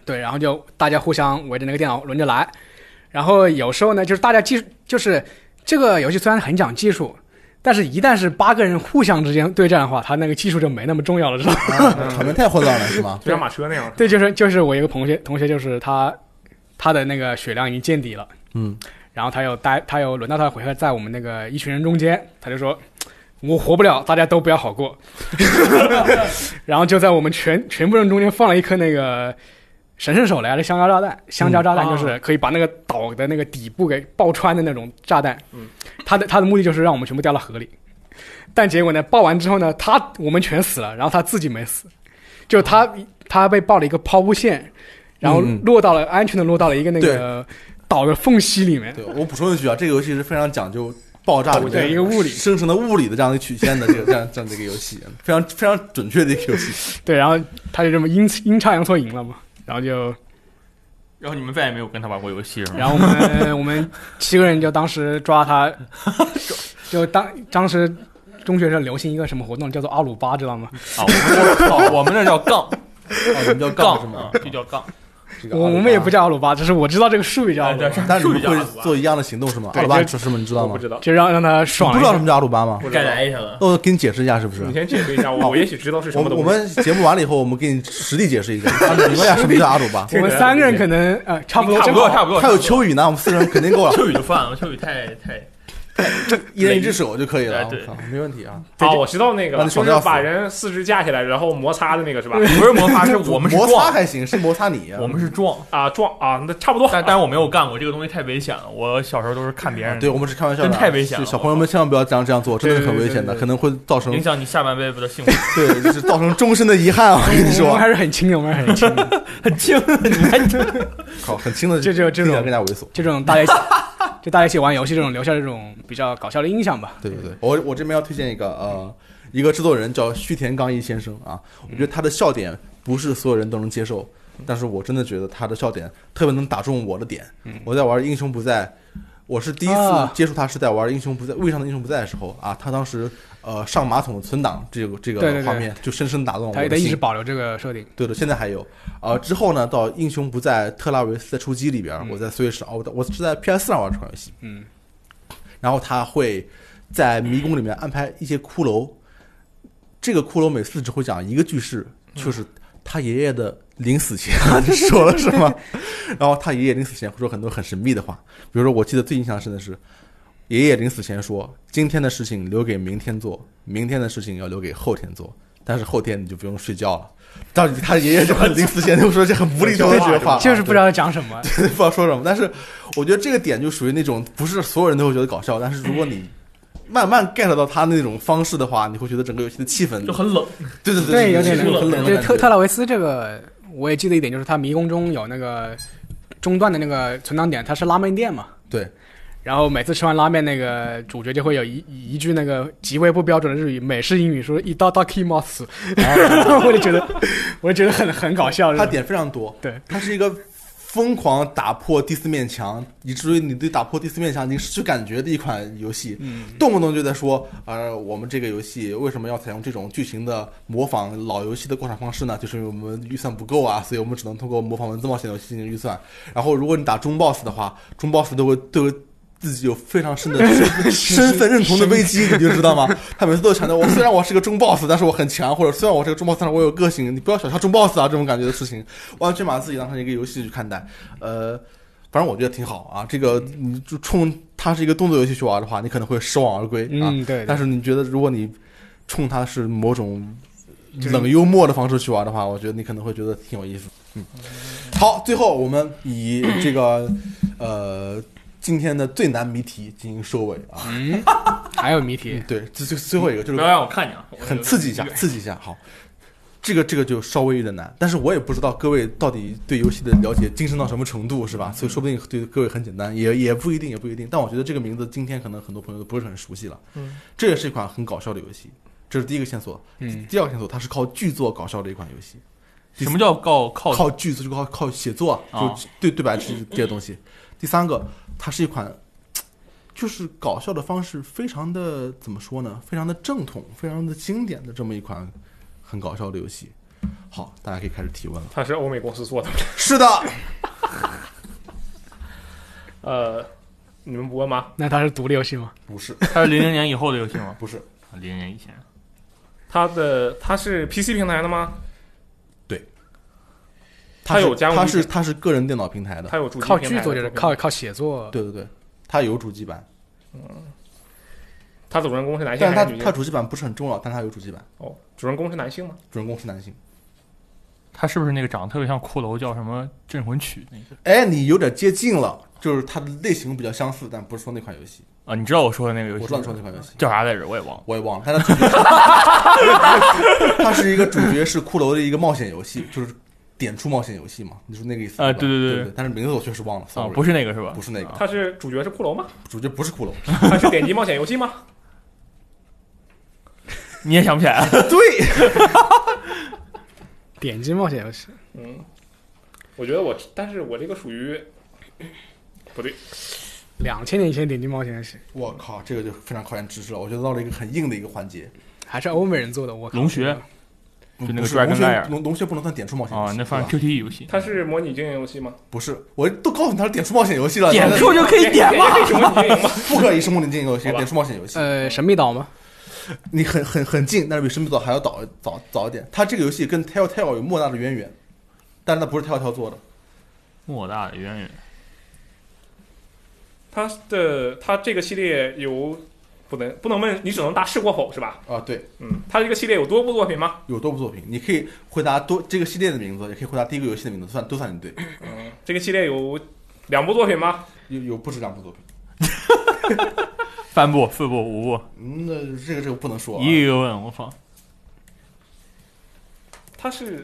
对，然后就大家互相围着那个电脑轮着来，然后有时候呢，就是大家就是这个游戏虽然很讲技术，但是一旦是8个人互相之间对战的话，他那个技术就没那么重要了，知道吗？ 场面太混乱了，是吗？ 就像马车那样。 对，就是我一个同学就是他的那个血量已经见底了，然后他有轮到他的回合在我们那个一群人中间，他就说我活不了，大家都不要好过。然后就在我们全部人中间放了一颗那个神圣手雷的香蕉炸弹，香蕉炸弹就是可以把那个岛的那个底部给爆穿的那种炸弹。他的目的就是让我们全部掉到河里。但结果呢，爆完之后呢，我们全死了，然后他自己没死，就他被爆了一个抛物线，然后安全的落到了一个那个岛的缝隙里面。 对，我补充一句啊，这个游戏是非常讲究爆炸的一个物理生成的物理的这样的曲线的这样的一个游戏，非常非常准确的一个游戏。 对，然后他就这么阴差阳错赢了嘛，然后你们再也没有跟他玩过游戏是吗？ 然后我们7个人就当时抓他，就当时中学生流行一个什么活动叫做阿鲁巴，知道吗？ 我们那叫杠， 你们叫杠是吗？ 就叫杠。 我们也不叫阿鲁巴，只是我知道这个术语叫阿鲁巴。 但是你们会做一样的行动是吗？阿鲁巴是什么？你知道吗？ 不知道， 就让他爽。 不知道什么叫阿鲁巴吗？ 该来一下了。 那我给你解释一下，是不是？ 你先解释一下，我也许知道是什么东西。 我们节目完了以后，我们给你实地解释一下，你问一下什么叫阿鲁巴。 我们3个人可能差不多。 还有秋雨呢，我们4个人肯定够了。 秋雨就算了，秋雨太。 一人一只手就可以了， 对， 没问题啊。 我知道那个，就是把人4肢架起来，然后摩擦的那个是吧？ 不是摩擦，是我们是摩擦还行，是摩擦你。 我们是撞啊，那差不多。 但是我没有干过这个东西，太危险了。我小时候都是看别人。 对，我们是开玩笑的， 真太危险了。 小朋友们千万不要这样做，真的很危险的，可能会造成影响你下半辈子的幸福。 对，就是造成终身的遗憾啊！我跟你说， 我们还是很轻的，很轻， 很轻，你还好，很轻的， 这种更加猥琐， 这种大家一起玩游戏这种留下这种比较搞笑的印象吧。 对，我这边要推荐一个制作人叫须田刚一先生啊，我觉得他的笑点不是所有人都能接受，但是我真的觉得他的笑点特别能打中我的点。我在玩英雄不在，我是第一次接触他是在玩英雄不在位上的英雄不在的时候啊，他当时上马桶的存档这个画面就深深打动我的心。 他一直保留这个设定。 对的，现在还有。之后呢，到英雄不在特拉维斯的出击里边，我在Switch我是在 PS4 上玩这款游戏。然后他会在迷宫里面安排一些骷髅，这个骷髅每次只会讲一个句式，就是他爷爷的临死前说了什么，然后他爷爷临死前会说很多很神秘的话，比如说我记得最印象深的是，爷爷临死前说，今天的事情留给明天做，明天的事情要留给后天做，但是后天你就不用睡觉了。到底他爷爷就很临死前就说这很无厘头的这话， 就是不知道讲什么， 对，不知道说什么。但是我觉得这个点就属于那种不是所有人都会觉得搞笑，但是如果你慢慢 get 到他那种方式的话，你会觉得整个游戏的气氛就很冷。 对， 有点很冷。 对，特拉维斯这个我也记得一点，就是他迷宫中有那个中段的那个存档点，它是拉面店嘛。 对。 然后每次吃完拉面，那个主角就会有一句那个极为不标准的日语，美式英语说“一刀刀 kimasu”，我就觉得很搞笑。 他点非常多， 对， 他是一个疯狂打破第4面墙，以至于你对打破第4面墙已经失去感觉的一款游戏。动不动就在说我们这个游戏为什么要采用这种剧情的模仿老游戏的过场方式呢？就是因为我们预算不够啊，所以我们只能通过模仿文字冒险游戏进行预算。然后如果你打中 boss 的话，中 boss 都会自己有非常深的身份认同的危机，你就知道吗？他每次都强调虽然我是个中 boss， 但是我很强，或者虽然我是个中 boss， 但是我有个性，你不要小瞧中 boss 啊，这种感觉的事情，完全把自己当成一个游戏去看待。反正我觉得挺好啊。这个你就冲它是一个动作游戏去玩的话，你可能会失望而归啊。 对。 但是你觉得如果你冲它是某种冷幽默的方式去玩的话，我觉得你可能会觉得挺有意思。好，最后我们以这个今天的最难谜题进行收尾啊！ 还有谜题？ 对，这最后一个就是不要让我看见， 很刺激一下。好，这个就稍微有点难，但是我也不知道各位到底对游戏的了解精深到什么程度，是吧？所以说不定对各位很简单，也不一定。但我觉得这个名字今天可能很多朋友都不是很熟悉了。这也是一款很搞笑的游戏，这是第一个线索。第二个线索，它是靠剧作搞笑的一款游戏。 什么叫靠剧作？就靠写作，就对白这些东西。第三个，它是一款就是搞笑的方式非常的怎么说呢？非常的正统，非常的经典的这么一款很搞笑的游戏。 好，大家可以开始提问了。 它是欧美公司做的。 是的， 你们不问吗？ 那它是独立游戏吗？ 不是， 它是00年以后的游戏吗？ 不是， 00年以前。 它是 PC 平台的吗？ 对， 它有家用机它是个人电脑平台的， 它有主机靠平台的剧作就是靠写作。 对对对，它有主机版， 它主人公是男性但是还是女性？ 它主机版不是很重要，但它有主机版， 哦，主人公是男性吗？ 主人公是男性。 它是不是那个长得特别像骷髅叫什么《镇魂曲》那个？ 哎，你有点接近了，就是它的类型比较相似，但不是说那款游戏。 啊，你知道我说的那个游戏？ 我知道你说那款游戏叫啥来着？我也忘了。 我也忘了，但它主角它是一个主角是骷髅的一个冒险游戏，就是点出冒险游戏嘛，你说那个意思啊吧对对对对但是名字我确实忘了啊，不是那个是吧？ 不是那个， 它是主角是骷髅吗？ 主角不是骷髅， 它是点击冒险游戏吗？ 你也想不起来？ 对， 点击冒险游戏， 我觉得但是我这个属于不对。 2000年以前点击冒险游戏， 我靠，这个就非常考验知识了，我觉得到了一个很硬的一个环节。 还是欧美人做的。我靠龙穴就那个不是 Dragon Lair 龙穴不能算点出冒险游戏啊，那放对吧 QTE 游戏。 它是模拟经营游戏吗？ 不是，我都告诉你它是点出冒险游戏了， 点出就可以点吗？ 可以是模拟经营吗？ 不可以是模拟经营游戏， 好吧点出冒险游戏。 神秘岛吗？ 你很近，但是比神秘岛还要早一点。它这个游戏跟 Telltale 有莫大的渊源，但是它不是 Telltale 做的。 莫大的渊源。 它这个系列有不能问，你只能答是或否是吧？ 啊，对， 它这个系列有多部作品吗？ 有多部作品，你可以回答这个系列的名字，也可以回答第一个游戏的名字，都算你对。 这个系列有2部作品吗？ 有不止2部作品。 3部、4部、5部。 那这个不能说、啊。 一个问我操， 它是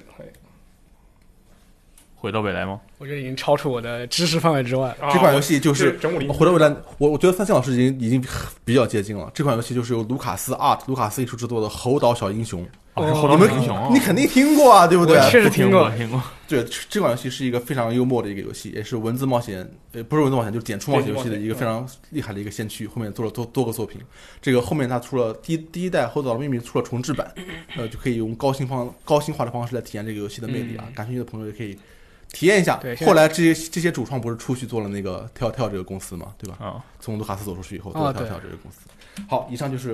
回到未来吗？ 我觉得已经超出我的知识范围之外。 这款游戏就是整蛊回到未来，我觉得三星老师已经比较接近了。这款游戏就是由卢卡斯艺术制作的《猴岛小英雄》。 是猴岛小英雄， 你肯定听过啊，对不对？ 我确实听过。 对，这款游戏是一个非常幽默的一个游戏，也是文字冒险，不是文字冒险，就是点出冒险游戏的一个非常厉害的一个先驱。后面做了多个作品，这个后面他出了第一代《猴岛的秘密》出了重制版，就可以用高清化的方式来体验这个游戏的魅力啊。感兴趣的朋友也可以体验一下。 对， 后来这些主创不是出去做了那个跳这个公司嘛，对吧？ 啊， 从卢卡斯走出去以后，做了跳这个公司。好，以上就是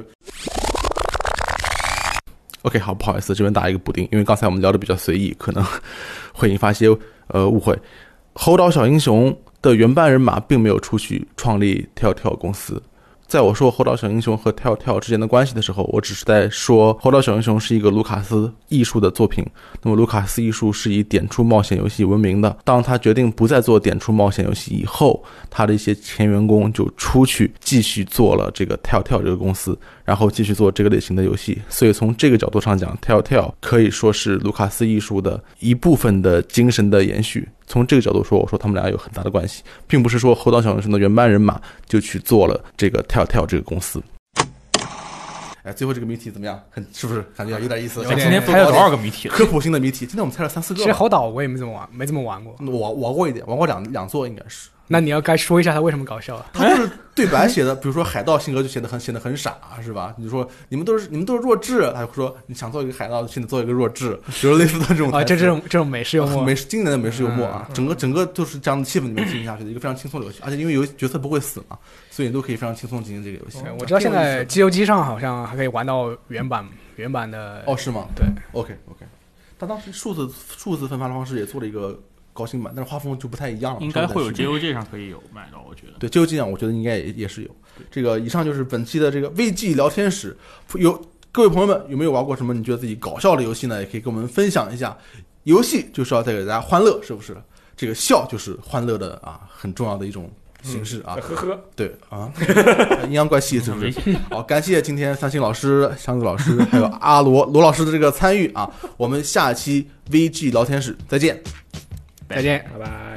。OK， 好，不好意思，这边打一个补丁，因为刚才我们聊的比较随意，可能会引发一些误会。猴岛小英雄的原班人马并没有出去创立Telltale公司。在我说猴岛小英雄和Telltale之间的关系的时候，我只是在说猴岛小英雄是一个卢卡斯艺术的作品。那么卢卡斯艺术是以点出冒险游戏闻名的。当他决定不再做点出冒险游戏以后，他的一些前员工就出去继续做了这个Telltale这个公司，然后继续做这个类型的游戏。所以从这个角度上讲，Telltale可以说是卢卡斯艺术的一部分的精神的延续。从这个角度说，我说他们俩有很大的关系，并不是说猴岛小英雄的原班人马就去做了这个Telltale这个公司。哎，最后这个谜题怎么样？是不是感觉有点意思？ 今天猜了多少个谜题了？ 科普性的谜题，今天我们猜了3-4个。 其实猴岛我也没怎么玩过。 我玩过一点，玩过两座应该是。 那你要该说一下他为什么搞笑啊？ 他就是对白写的，比如说海盗性格就显得很傻，是吧？你说你们都是弱智，他就说你想做一个海盗，现在做一个弱智，比如类似的这种啊，这种美式幽默， 经典的美式幽默啊，整个就是这样的气氛里面进行下去的一个非常轻松的游戏，而且因为角色不会死嘛，所以你都可以非常轻松进行这个游戏。 我知道现在机游机上好像还可以玩到原版的。 哦，是吗？ 对 ，OK， 他当时数字分发的方式也做了一个高清版，但是画风就不太一样了。 应该会有 GOG 上可以有买到，我觉得。 对 GOG 上，我觉得应该也是有。这个以上就是本期的这个 VG 聊天室。各位朋友们有没有玩过什么你觉得自己搞笑的游戏呢？也可以跟我们分享一下。游戏就是要带给大家欢乐，是不是？这个笑就是欢乐的很重要的一种形式啊。 呵呵， 对啊，阴阳怪气是不是？好，感谢今天三星老师、箱子老师还有阿罗老师的这个参与啊。我们下期 VG 聊天室再见。 再见， 拜拜。